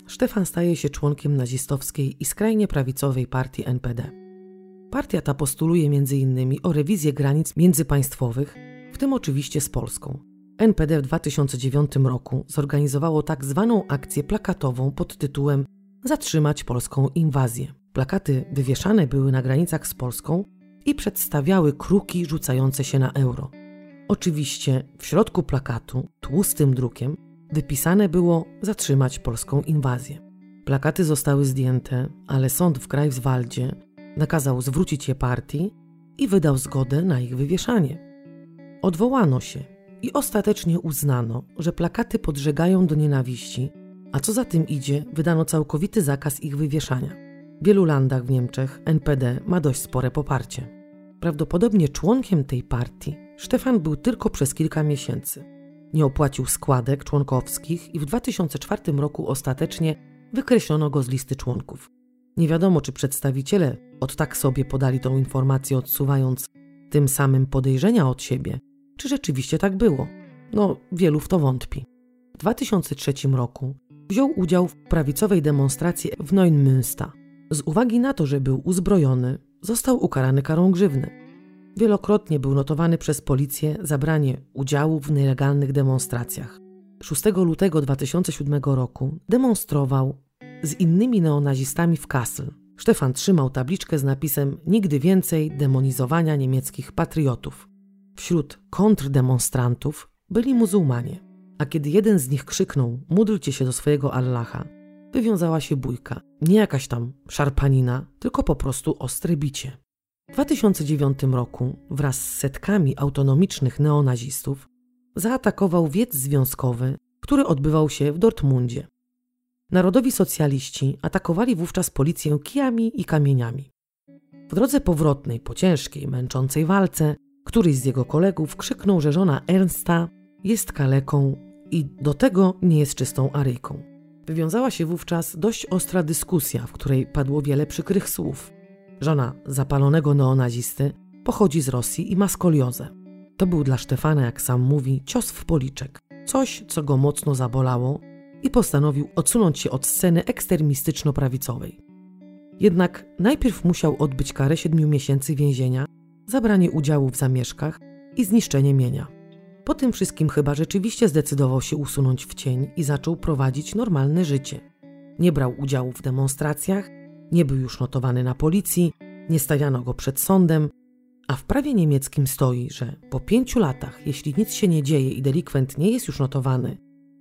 Stefan staje się członkiem nazistowskiej i skrajnie prawicowej partii NPD. Partia ta postuluje m.in. o rewizję granic międzypaństwowych, w tym oczywiście z Polską. NPD w 2009 roku zorganizowało tak zwaną akcję plakatową pod tytułem „Zatrzymać polską inwazję”. Plakaty wywieszane były na granicach z Polską i przedstawiały kruki rzucające się na euro. Oczywiście w środku plakatu, tłustym drukiem, wypisane było „Zatrzymać polską inwazję”. Plakaty zostały zdjęte, ale sąd w Greifswaldzie nakazał zwrócić je partii i wydał zgodę na ich wywieszanie. Odwołano się i ostatecznie uznano, że plakaty podżegają do nienawiści, a co za tym idzie, wydano całkowity zakaz ich wywieszania. W wielu landach w Niemczech NPD ma dość spore poparcie. Prawdopodobnie członkiem tej partii Stefan był tylko przez kilka miesięcy. Nie opłacił składek członkowskich i w 2004 roku ostatecznie wykreślono go z listy członków. Nie wiadomo, czy przedstawiciele od tak sobie podali tą informację, odsuwając tym samym podejrzenia od siebie, czy rzeczywiście tak było. Wielu w to wątpi. W 2003 roku wziął udział w prawicowej demonstracji w Neumünster. Z uwagi na to, że był uzbrojony, został ukarany karą grzywny. Wielokrotnie był notowany przez policję za branie udziału w nielegalnych demonstracjach. 6 lutego 2007 roku demonstrował z innymi neonazistami w Kassel. Stefan trzymał tabliczkę z napisem „Nigdy więcej demonizowania niemieckich patriotów”. Wśród kontrdemonstrantów byli muzułmanie, a kiedy jeden z nich krzyknął „Módlcie się do swojego Allaha”, wywiązała się bójka. Nie jakaś tam szarpanina, tylko po prostu ostre bicie. W 2009 roku wraz z setkami autonomicznych neonazistów zaatakował wiec związkowy, który odbywał się w Dortmundzie. Narodowi socjaliści atakowali wówczas policję kijami i kamieniami. W drodze powrotnej po ciężkiej, męczącej walce któryś z jego kolegów krzyknął, że żona Ernsta jest kaleką i do tego nie jest czystą Aryjką. Wywiązała się wówczas dość ostra dyskusja, w której padło wiele przykrych słów. Żona zapalonego neonazisty pochodzi z Rosji i ma skoliozę. To był dla Stefana, jak sam mówi, cios w policzek. Coś, co go mocno zabolało i postanowił odsunąć się od sceny ekstremistyczno-prawicowej. Jednak najpierw musiał odbyć karę 7 miesięcy więzienia za branie udziału w zamieszkach i zniszczenie mienia. Po tym wszystkim chyba rzeczywiście zdecydował się usunąć w cień i zaczął prowadzić normalne życie. Nie brał udziału w demonstracjach, nie był już notowany na policji, nie stawiano go przed sądem, a w prawie niemieckim stoi, że po 5 latach, jeśli nic się nie dzieje i delikwent nie jest już notowany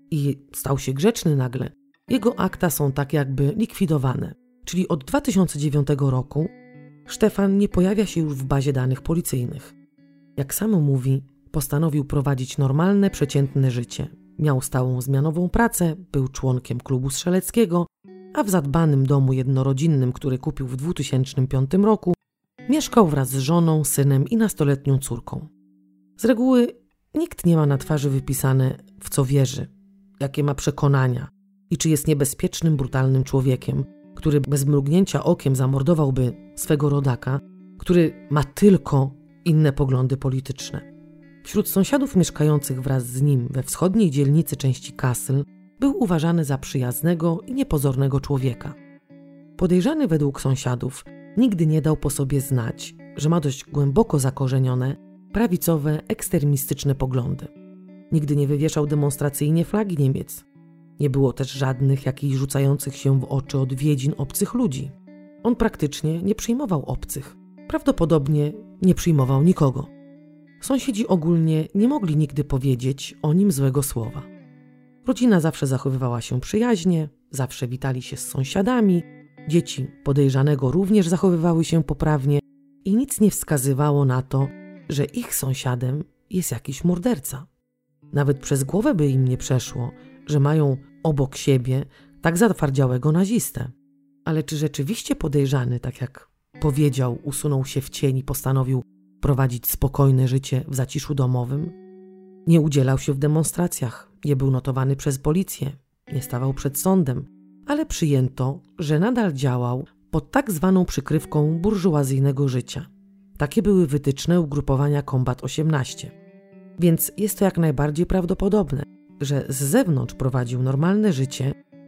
i stał się grzeczny nagle, jego akta są tak jakby likwidowane. Czyli od 2009 roku Stefan nie pojawia się już w bazie danych policyjnych. Jak sam mówi, postanowił prowadzić normalne, przeciętne życie. Miał stałą zmianową pracę, był członkiem klubu strzeleckiego, a w zadbanym domu jednorodzinnym, który kupił w 2005 roku, mieszkał wraz z żoną, synem i nastoletnią córką. Z reguły nikt nie ma na twarzy wypisane, w co wierzy, jakie ma przekonania i czy jest niebezpiecznym, brutalnym człowiekiem, który bez mrugnięcia okiem zamordowałby swego rodaka, który ma tylko inne poglądy polityczne. Wśród sąsiadów mieszkających wraz z nim we wschodniej dzielnicy części Kassel był uważany za przyjaznego i niepozornego człowieka. Podejrzany według sąsiadów nigdy nie dał po sobie znać, że ma dość głęboko zakorzenione, prawicowe, ekstremistyczne poglądy. Nigdy nie wywieszał demonstracyjnie flagi Niemiec. Nie było też żadnych jakichś rzucających się w oczy odwiedzin obcych ludzi. On praktycznie nie przyjmował obcych. Prawdopodobnie nie przyjmował nikogo. Sąsiedzi ogólnie nie mogli nigdy powiedzieć o nim złego słowa. Rodzina zawsze zachowywała się przyjaźnie, zawsze witali się z sąsiadami, dzieci podejrzanego również zachowywały się poprawnie i nic nie wskazywało na to, że ich sąsiadem jest jakiś morderca. Nawet przez głowę by im nie przeszło, że mają obok siebie tak zatwardziałego nazistę. Ale czy rzeczywiście podejrzany, tak jak powiedział, usunął się w cień i postanowił prowadzić spokojne życie w zaciszu domowym? Nie udzielał się w demonstracjach, nie był notowany przez policję, nie stawał przed sądem, ale przyjęto, że nadal działał pod tak zwaną przykrywką burżuazyjnego życia. Takie były wytyczne ugrupowania Combat 18. Więc jest to jak najbardziej prawdopodobne, że z zewnątrz prowadził normalne życie,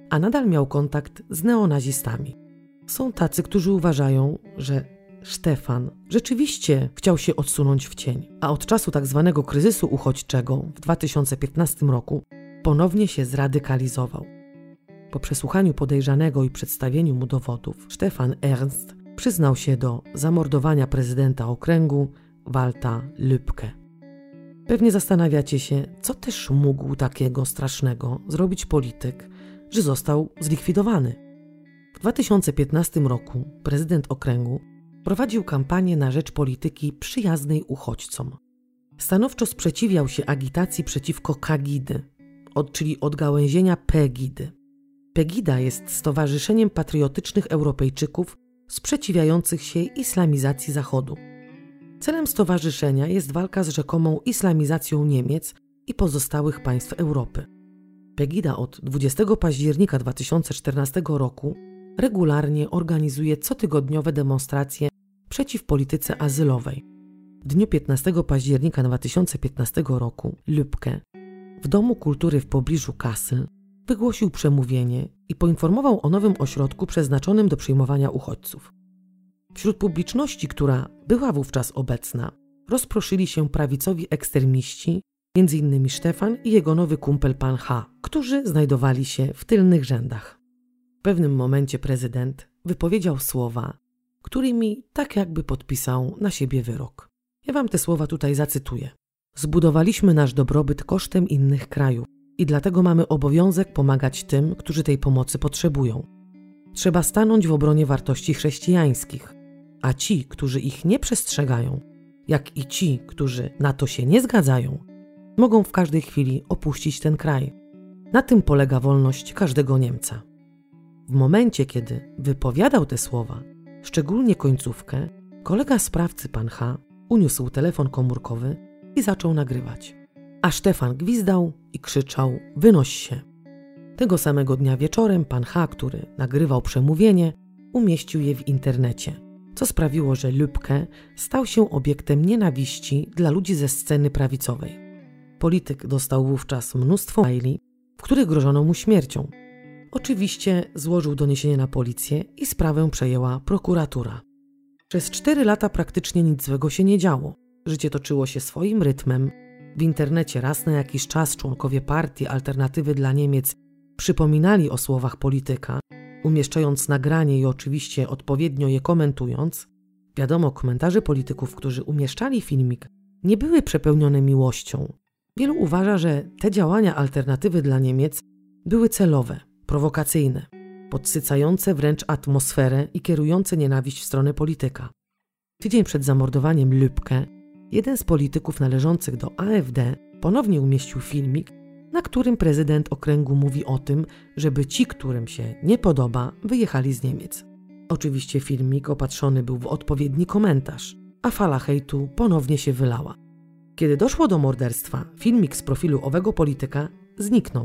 a nadal miał kontakt z neonazistami. Są tacy, którzy uważają, że Stefan rzeczywiście chciał się odsunąć w cień, a od czasu tzw. kryzysu uchodźczego w 2015 roku ponownie się zradykalizował. Po przesłuchaniu podejrzanego i przedstawieniu mu dowodów, Stefan Ernst przyznał się do zamordowania prezydenta okręgu Walta Lübcke. Pewnie zastanawiacie się, co też mógł takiego strasznego zrobić polityk, że został zlikwidowany. W 2015 roku prezydent okręgu prowadził kampanię na rzecz polityki przyjaznej uchodźcom. Stanowczo sprzeciwiał się agitacji przeciwko Kagidy, czyli odgałęzienia Pegidy. Pegida jest stowarzyszeniem patriotycznych Europejczyków sprzeciwiających się islamizacji Zachodu. Celem stowarzyszenia jest walka z rzekomą islamizacją Niemiec i pozostałych państw Europy. Pegida od 20 października 2014 roku regularnie organizuje cotygodniowe demonstracje przeciw polityce azylowej. W dniu 15 października 2015 roku Lübcke w Domu Kultury w pobliżu Kassel wygłosił przemówienie i poinformował o nowym ośrodku przeznaczonym do przyjmowania uchodźców. Wśród publiczności, która była wówczas obecna, rozproszyli się prawicowi ekstremiści, m.in. Stefan i jego nowy kumpel pan H., którzy znajdowali się w tylnych rzędach. W pewnym momencie prezydent wypowiedział słowa, którymi tak jakby podpisał na siebie wyrok. Ja wam te słowa tutaj zacytuję. Zbudowaliśmy nasz dobrobyt kosztem innych krajów i dlatego mamy obowiązek pomagać tym, którzy tej pomocy potrzebują. Trzeba stanąć w obronie wartości chrześcijańskich, a ci, którzy ich nie przestrzegają, jak i ci, którzy na to się nie zgadzają, mogą w każdej chwili opuścić ten kraj. Na tym polega wolność każdego Niemca. W momencie, kiedy wypowiadał te słowa, szczególnie końcówkę, kolega sprawcy pan H. uniósł telefon komórkowy i zaczął nagrywać. A Stefan gwizdał i krzyczał: wynoś się. Tego samego dnia wieczorem pan H., który nagrywał przemówienie, umieścił je w internecie, co sprawiło, że Lübcke stał się obiektem nienawiści dla ludzi ze sceny prawicowej. Polityk dostał wówczas mnóstwo maili, w których grożono mu śmiercią. Oczywiście złożył doniesienie na policję i sprawę przejęła prokuratura. Przez 4 lata praktycznie nic złego się nie działo. Życie toczyło się swoim rytmem. W internecie raz na jakiś czas członkowie partii Alternatywy dla Niemiec przypominali o słowach polityka, umieszczając nagranie i oczywiście odpowiednio je komentując. Wiadomo, komentarze polityków, którzy umieszczali filmik, nie były przepełnione miłością. Wielu uważa, że te działania Alternatywy dla Niemiec były celowe, prowokacyjne, podsycające wręcz atmosferę i kierujące nienawiść w stronę polityka. Tydzień przed zamordowaniem Lübcke jeden z polityków należących do AfD ponownie umieścił filmik, na którym prezydent okręgu mówi o tym, żeby ci, którym się nie podoba, wyjechali z Niemiec. Oczywiście filmik opatrzony był w odpowiedni komentarz, a fala hejtu ponownie się wylała. Kiedy doszło do morderstwa, filmik z profilu owego polityka zniknął.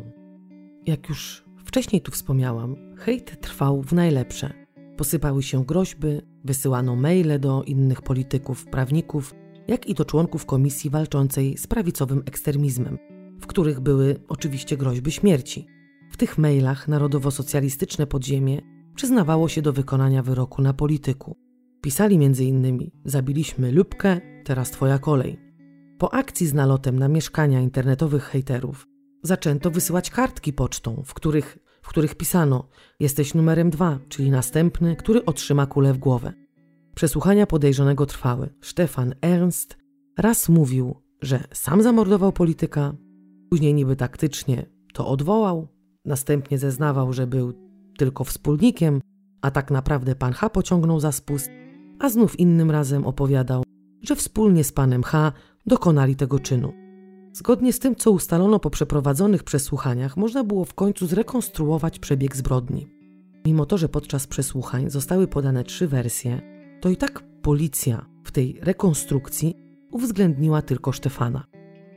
Jak już wcześniej tu wspomniałam, hejt trwał w najlepsze. Posypały się groźby, wysyłano maile do innych polityków, prawników, jak i do członków komisji walczącej z prawicowym ekstremizmem, w których były oczywiście groźby śmierci. W tych mailach narodowo-socjalistyczne podziemie przyznawało się do wykonania wyroku na polityku. Pisali m.in. zabiliśmy Lübcke, teraz twoja kolej. Po akcji z nalotem na mieszkania internetowych hejterów zaczęto wysyłać kartki pocztą, w których pisano: jesteś numerem 2, czyli następny, który otrzyma kulę w głowę. Przesłuchania podejrzanego trwały. Stefan Ernst raz mówił, że sam zamordował polityka, później niby taktycznie to odwołał, następnie zeznawał, że był tylko wspólnikiem, a tak naprawdę pan H. pociągnął za spust, a znów innym razem opowiadał, że wspólnie z panem H. dokonali tego czynu. Zgodnie z tym, co ustalono po przeprowadzonych przesłuchaniach, można było w końcu zrekonstruować przebieg zbrodni. Mimo to, że podczas przesłuchań zostały podane 3 wersje, to i tak policja w tej rekonstrukcji uwzględniła tylko Stefana.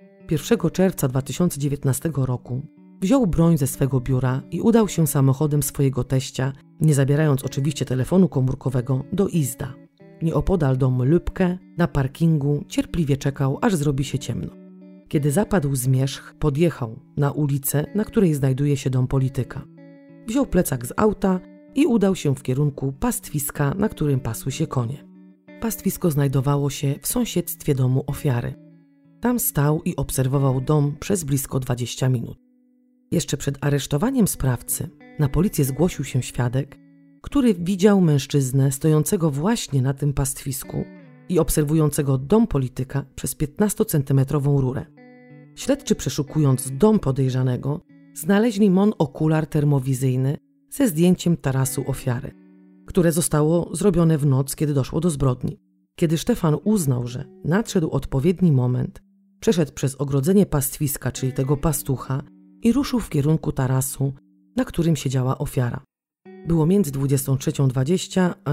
1 czerwca 2019 roku wziął broń ze swego biura i udał się samochodem swojego teścia, nie zabierając oczywiście telefonu komórkowego, do Izda. Nieopodal domu Lübcke na parkingu cierpliwie czekał, aż zrobi się ciemno. Kiedy zapadł zmierzch, podjechał na ulicę, na której znajduje się dom polityka. wziął plecak z auta i udał się w kierunku pastwiska, na którym pasły się konie. Pastwisko znajdowało się w sąsiedztwie domu ofiary. Tam stał i obserwował dom przez blisko 20 minut. Jeszcze przed aresztowaniem sprawcy na policję zgłosił się świadek, który widział mężczyznę stojącego właśnie na tym pastwisku i obserwującego dom polityka przez 15-centymetrową rurę. Śledczy, przeszukując dom podejrzanego, znaleźli monokular termowizyjny ze zdjęciem tarasu ofiary, które zostało zrobione w noc, kiedy doszło do zbrodni. Kiedy Stefan uznał, że nadszedł odpowiedni moment, przeszedł przez ogrodzenie pastwiska, czyli tego pastucha, i ruszył w kierunku tarasu, na którym siedziała ofiara. Było między 23:20 a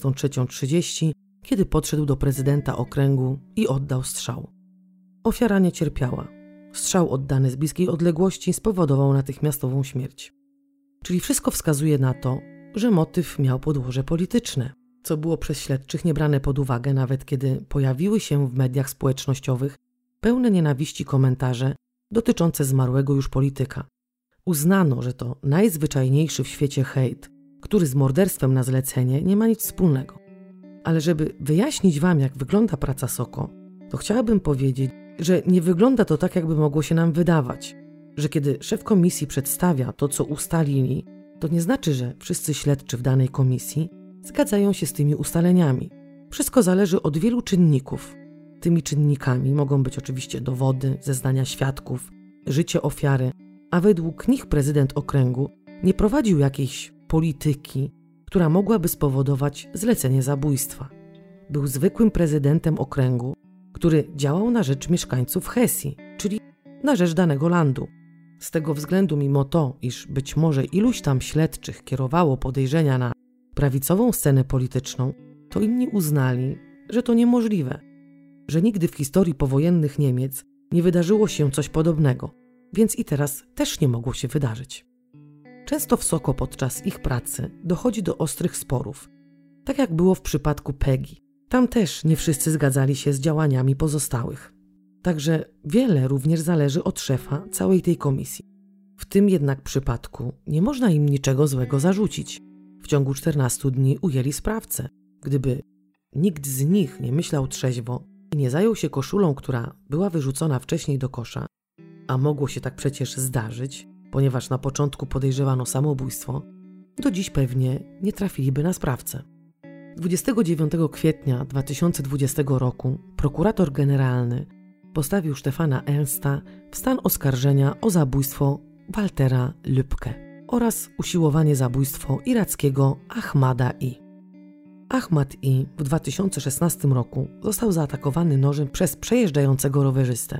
23:30, kiedy podszedł do prezydenta okręgu i oddał strzał. Ofiara nie cierpiała. Strzał oddany z bliskiej odległości spowodował natychmiastową śmierć. Czyli wszystko wskazuje na to, że motyw miał podłoże polityczne, co było przez śledczych niebrane pod uwagę, nawet kiedy pojawiły się w mediach społecznościowych pełne nienawiści komentarze dotyczące zmarłego już polityka. Uznano, że to najzwyczajniejszy w świecie hejt, który z morderstwem na zlecenie nie ma nic wspólnego. Ale żeby wyjaśnić wam, jak wygląda praca SOKO, to chciałabym powiedzieć, że nie wygląda to tak, jakby mogło się nam wydawać, że kiedy szef komisji przedstawia to, co ustalili, to nie znaczy, że wszyscy śledczy w danej komisji zgadzają się z tymi ustaleniami. Wszystko zależy od wielu czynników. Tymi czynnikami mogą być oczywiście dowody, zeznania świadków, życie ofiary, a według nich prezydent okręgu nie prowadził jakiejś polityki, która mogłaby spowodować zlecenie zabójstwa. Był zwykłym prezydentem okręgu, który działał na rzecz mieszkańców Hesji, czyli na rzecz danego landu. Z tego względu, mimo to, iż być może iluś tam śledczych kierowało podejrzenia na prawicową scenę polityczną, to inni uznali, że to niemożliwe, że nigdy w historii powojennych Niemiec nie wydarzyło się coś podobnego, więc i teraz też nie mogło się wydarzyć. Często w SOKO podczas ich pracy dochodzi do ostrych sporów, tak jak było w przypadku Peggy. Tam też nie wszyscy zgadzali się z działaniami pozostałych. Także wiele również zależy od szefa całej tej komisji. W tym jednak przypadku nie można im niczego złego zarzucić. W ciągu 14 dni ujęli sprawcę. Gdyby nikt z nich nie myślał trzeźwo i nie zajął się koszulą, która była wyrzucona wcześniej do kosza, a mogło się tak przecież zdarzyć, ponieważ na początku podejrzewano samobójstwo, do dziś pewnie nie trafiliby na sprawcę. 29 kwietnia 2020 roku prokurator generalny postawił Stefana Ernsta w stan oskarżenia o zabójstwo Waltera Lübke oraz usiłowanie zabójstwo irackiego Ahmada I. Ahmad I w 2016 roku został zaatakowany nożem przez przejeżdżającego rowerzystę.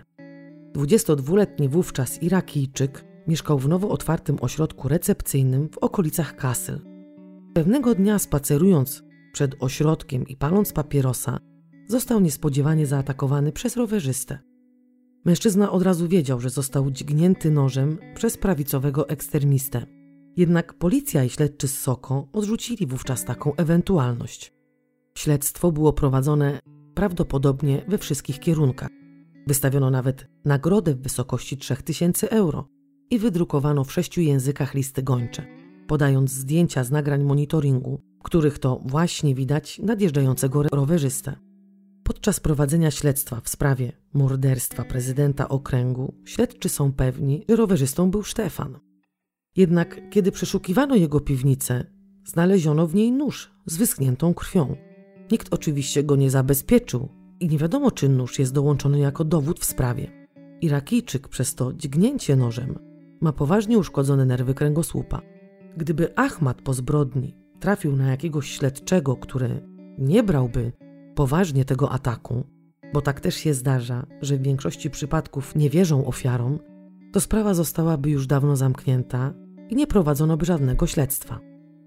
22-letni wówczas Irakijczyk mieszkał w nowo otwartym ośrodku recepcyjnym w okolicach Kassel. Pewnego dnia, spacerując przed ośrodkiem i paląc papierosa, został niespodziewanie zaatakowany przez rowerzystę. Mężczyzna od razu wiedział, że został dźgnięty nożem przez prawicowego ekstremistę. Jednak policja i śledczy z SOKO odrzucili wówczas taką ewentualność. Śledztwo było prowadzone prawdopodobnie we wszystkich kierunkach. Wystawiono nawet nagrodę w wysokości 3000 euro i wydrukowano w 6 językach listy gończe, podając zdjęcia z nagrań monitoringu, w których to właśnie widać nadjeżdżającego rowerzystę. Podczas prowadzenia śledztwa w sprawie morderstwa prezydenta okręgu śledczy są pewni, że rowerzystą był Stefan. Jednak kiedy przeszukiwano jego piwnicę, znaleziono w niej nóż z wyschniętą krwią. Nikt oczywiście go nie zabezpieczył i nie wiadomo, czy nóż jest dołączony jako dowód w sprawie. Irakijczyk przez to dźgnięcie nożem ma poważnie uszkodzone nerwy kręgosłupa. Gdyby Ahmad po zbrodni trafił na jakiegoś śledczego, który nie brałby poważnie tego ataku, bo tak też się zdarza, że w większości przypadków nie wierzą ofiarom, to sprawa zostałaby już dawno zamknięta i nie prowadzono by żadnego śledztwa.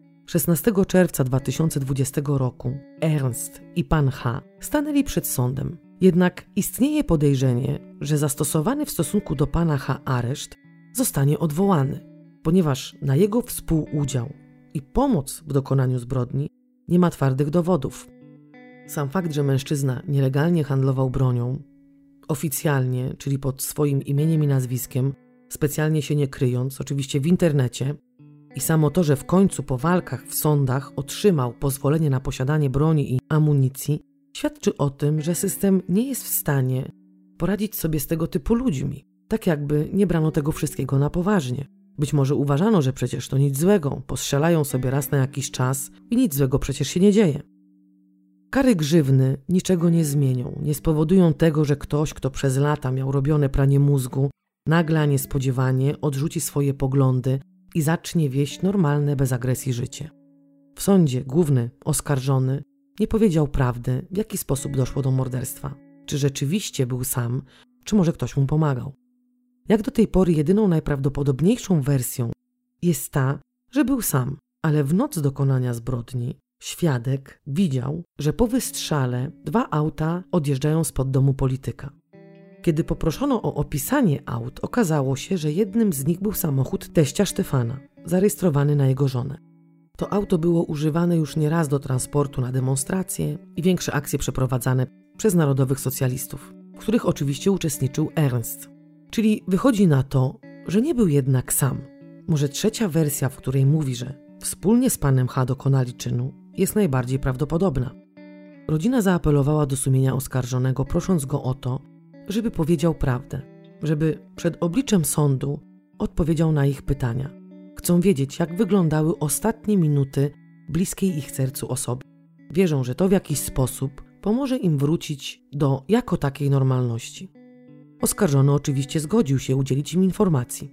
16 czerwca 2020 roku Ernst i pan H. stanęli przed sądem. Jednak istnieje podejrzenie, że zastosowany w stosunku do pana H. areszt zostanie odwołany, ponieważ na jego współudział i pomoc w dokonaniu zbrodni nie ma twardych dowodów. Sam fakt, że mężczyzna nielegalnie handlował bronią, oficjalnie, czyli pod swoim imieniem i nazwiskiem, specjalnie się nie kryjąc, oczywiście w internecie, I samo to, że w końcu po walkach w sądach otrzymał pozwolenie na posiadanie broni i amunicji, świadczy o tym, że system nie jest w stanie poradzić sobie z tego typu ludźmi. Tak jakby nie brano tego wszystkiego na poważnie. Być może uważano, że przecież to nic złego, postrzelają sobie raz na jakiś czas i nic złego przecież się nie dzieje. Kary grzywny niczego nie zmienią, nie spowodują tego, że ktoś, kto przez lata miał robione pranie mózgu, nagle, a niespodziewanie odrzuci swoje poglądy i zacznie wieść normalne, bez agresji życie. W sądzie główny oskarżony nie powiedział prawdy, w jaki sposób doszło do morderstwa. Czy rzeczywiście był sam, czy może ktoś mu pomagał. Jak do tej pory jedyną najprawdopodobniejszą wersją jest ta, że był sam, ale w noc dokonania zbrodni świadek widział, że po wystrzale 2 auta odjeżdżają spod domu polityka. Kiedy poproszono o opisanie aut, okazało się, że jednym z nich był samochód teścia Stefana, zarejestrowany na jego żonę. To auto było używane już nieraz do transportu na demonstracje i większe akcje przeprowadzane przez narodowych socjalistów, w których oczywiście uczestniczył Ernst. Czyli wychodzi na to, że nie był jednak sam. Może trzecia wersja, w której mówi, że wspólnie z panem H. dokonali czynu, jest najbardziej prawdopodobna. Rodzina zaapelowała do sumienia oskarżonego, prosząc go o to, żeby powiedział prawdę, żeby przed obliczem sądu odpowiedział na ich pytania. Chcą wiedzieć, jak wyglądały ostatnie minuty bliskiej ich sercu osoby. Wierzą, że to w jakiś sposób pomoże im wrócić do jako takiej normalności. Oskarżony oczywiście zgodził się udzielić im informacji.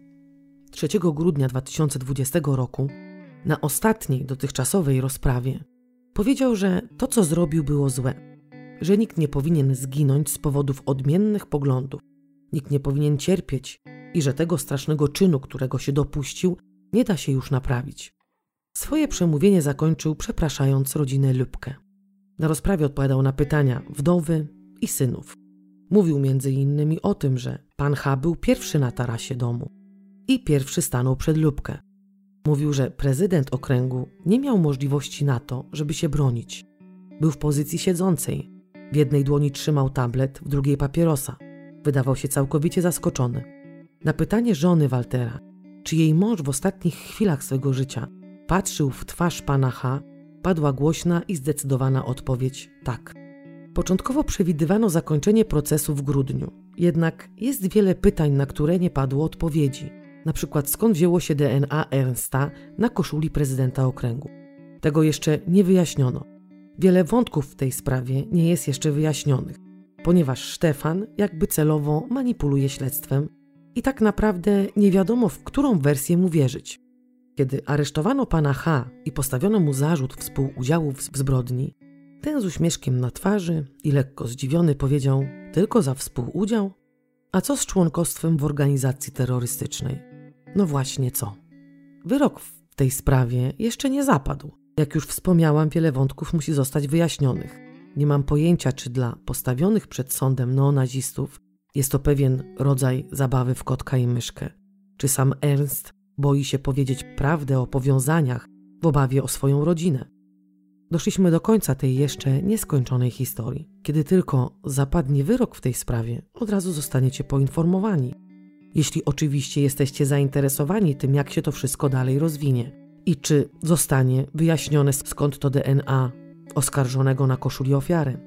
3 grudnia 2020 roku, na ostatniej dotychczasowej rozprawie, powiedział, że to, co zrobił, było złe, że nikt nie powinien zginąć z powodów odmiennych poglądów, nikt nie powinien cierpieć i że tego strasznego czynu, którego się dopuścił, nie da się już naprawić. Swoje przemówienie zakończył przepraszając rodzinę Lübke. Na rozprawie odpowiadał na pytania wdowy i synów. Mówił m.in. o tym, że pan H. był pierwszy na tarasie domu i pierwszy stanął przed Lübke. Mówił, że prezydent okręgu nie miał możliwości na to, żeby się bronić. Był w pozycji siedzącej. W jednej dłoni trzymał tablet, w drugiej papierosa. Wydawał się całkowicie zaskoczony. Na pytanie żony Waltera, czy jej mąż w ostatnich chwilach swego życia patrzył w twarz pana H., padła głośna i zdecydowana odpowiedź tak. Początkowo przewidywano zakończenie procesu w grudniu. Jednak jest wiele pytań, na które nie padło odpowiedzi. Na przykład skąd wzięło się DNA Ernsta na koszuli prezydenta okręgu. Tego jeszcze nie wyjaśniono. Wiele wątków w tej sprawie nie jest jeszcze wyjaśnionych, ponieważ Stefan jakby celowo manipuluje śledztwem i tak naprawdę nie wiadomo, w którą wersję mu wierzyć. Kiedy aresztowano pana H. i postawiono mu zarzut współudziału w zbrodni, ten z uśmieszkiem na twarzy i lekko zdziwiony powiedział: tylko za współudział? A co z członkostwem w organizacji terrorystycznej? No właśnie co? Wyrok w tej sprawie jeszcze nie zapadł. Jak już wspomniałam, wiele wątków musi zostać wyjaśnionych. Nie mam pojęcia, czy dla postawionych przed sądem neonazistów jest to pewien rodzaj zabawy w kotka i myszkę. Czy sam Ernst boi się powiedzieć prawdę o powiązaniach w obawie o swoją rodzinę? Doszliśmy do końca tej jeszcze nieskończonej historii. Kiedy tylko zapadnie wyrok w tej sprawie, od razu zostaniecie poinformowani. Jeśli oczywiście jesteście zainteresowani tym, jak się to wszystko dalej rozwinie i czy zostanie wyjaśnione, skąd to DNA oskarżonego na koszuli ofiary.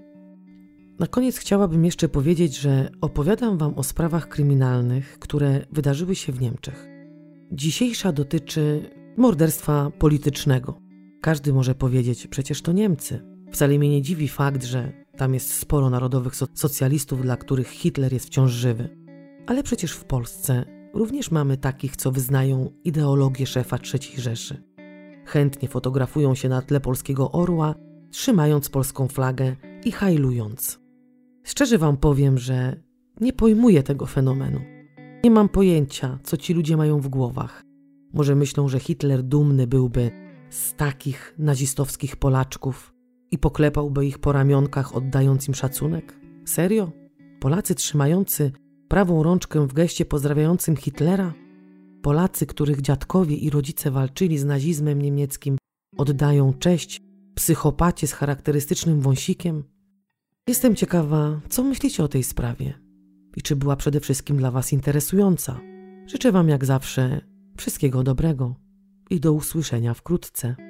Na koniec chciałabym jeszcze powiedzieć, że opowiadam wam o sprawach kryminalnych, które wydarzyły się w Niemczech. Dzisiejsza dotyczy morderstwa politycznego. Każdy może powiedzieć, przecież to Niemcy. Wcale mnie nie dziwi fakt, że tam jest sporo narodowych socjalistów, dla których Hitler jest wciąż żywy. Ale przecież w Polsce również mamy takich, co wyznają ideologię szefa III Rzeszy. Chętnie fotografują się na tle polskiego orła, trzymając polską flagę i hajlując. Szczerze wam powiem, że nie pojmuję tego fenomenu. Nie mam pojęcia, co ci ludzie mają w głowach. Może myślą, że Hitler dumny byłby z takich nazistowskich Polaczków i poklepałby ich po ramionkach, oddając im szacunek? Serio? Polacy trzymający prawą rączkę w geście pozdrawiającym Hitlera? Polacy, których dziadkowie i rodzice walczyli z nazizmem niemieckim, oddają cześć psychopacie z charakterystycznym wąsikiem? Jestem ciekawa, co myślicie o tej sprawie i czy była przede wszystkim dla was interesująca. Życzę wam jak zawsze wszystkiego dobrego i do usłyszenia wkrótce.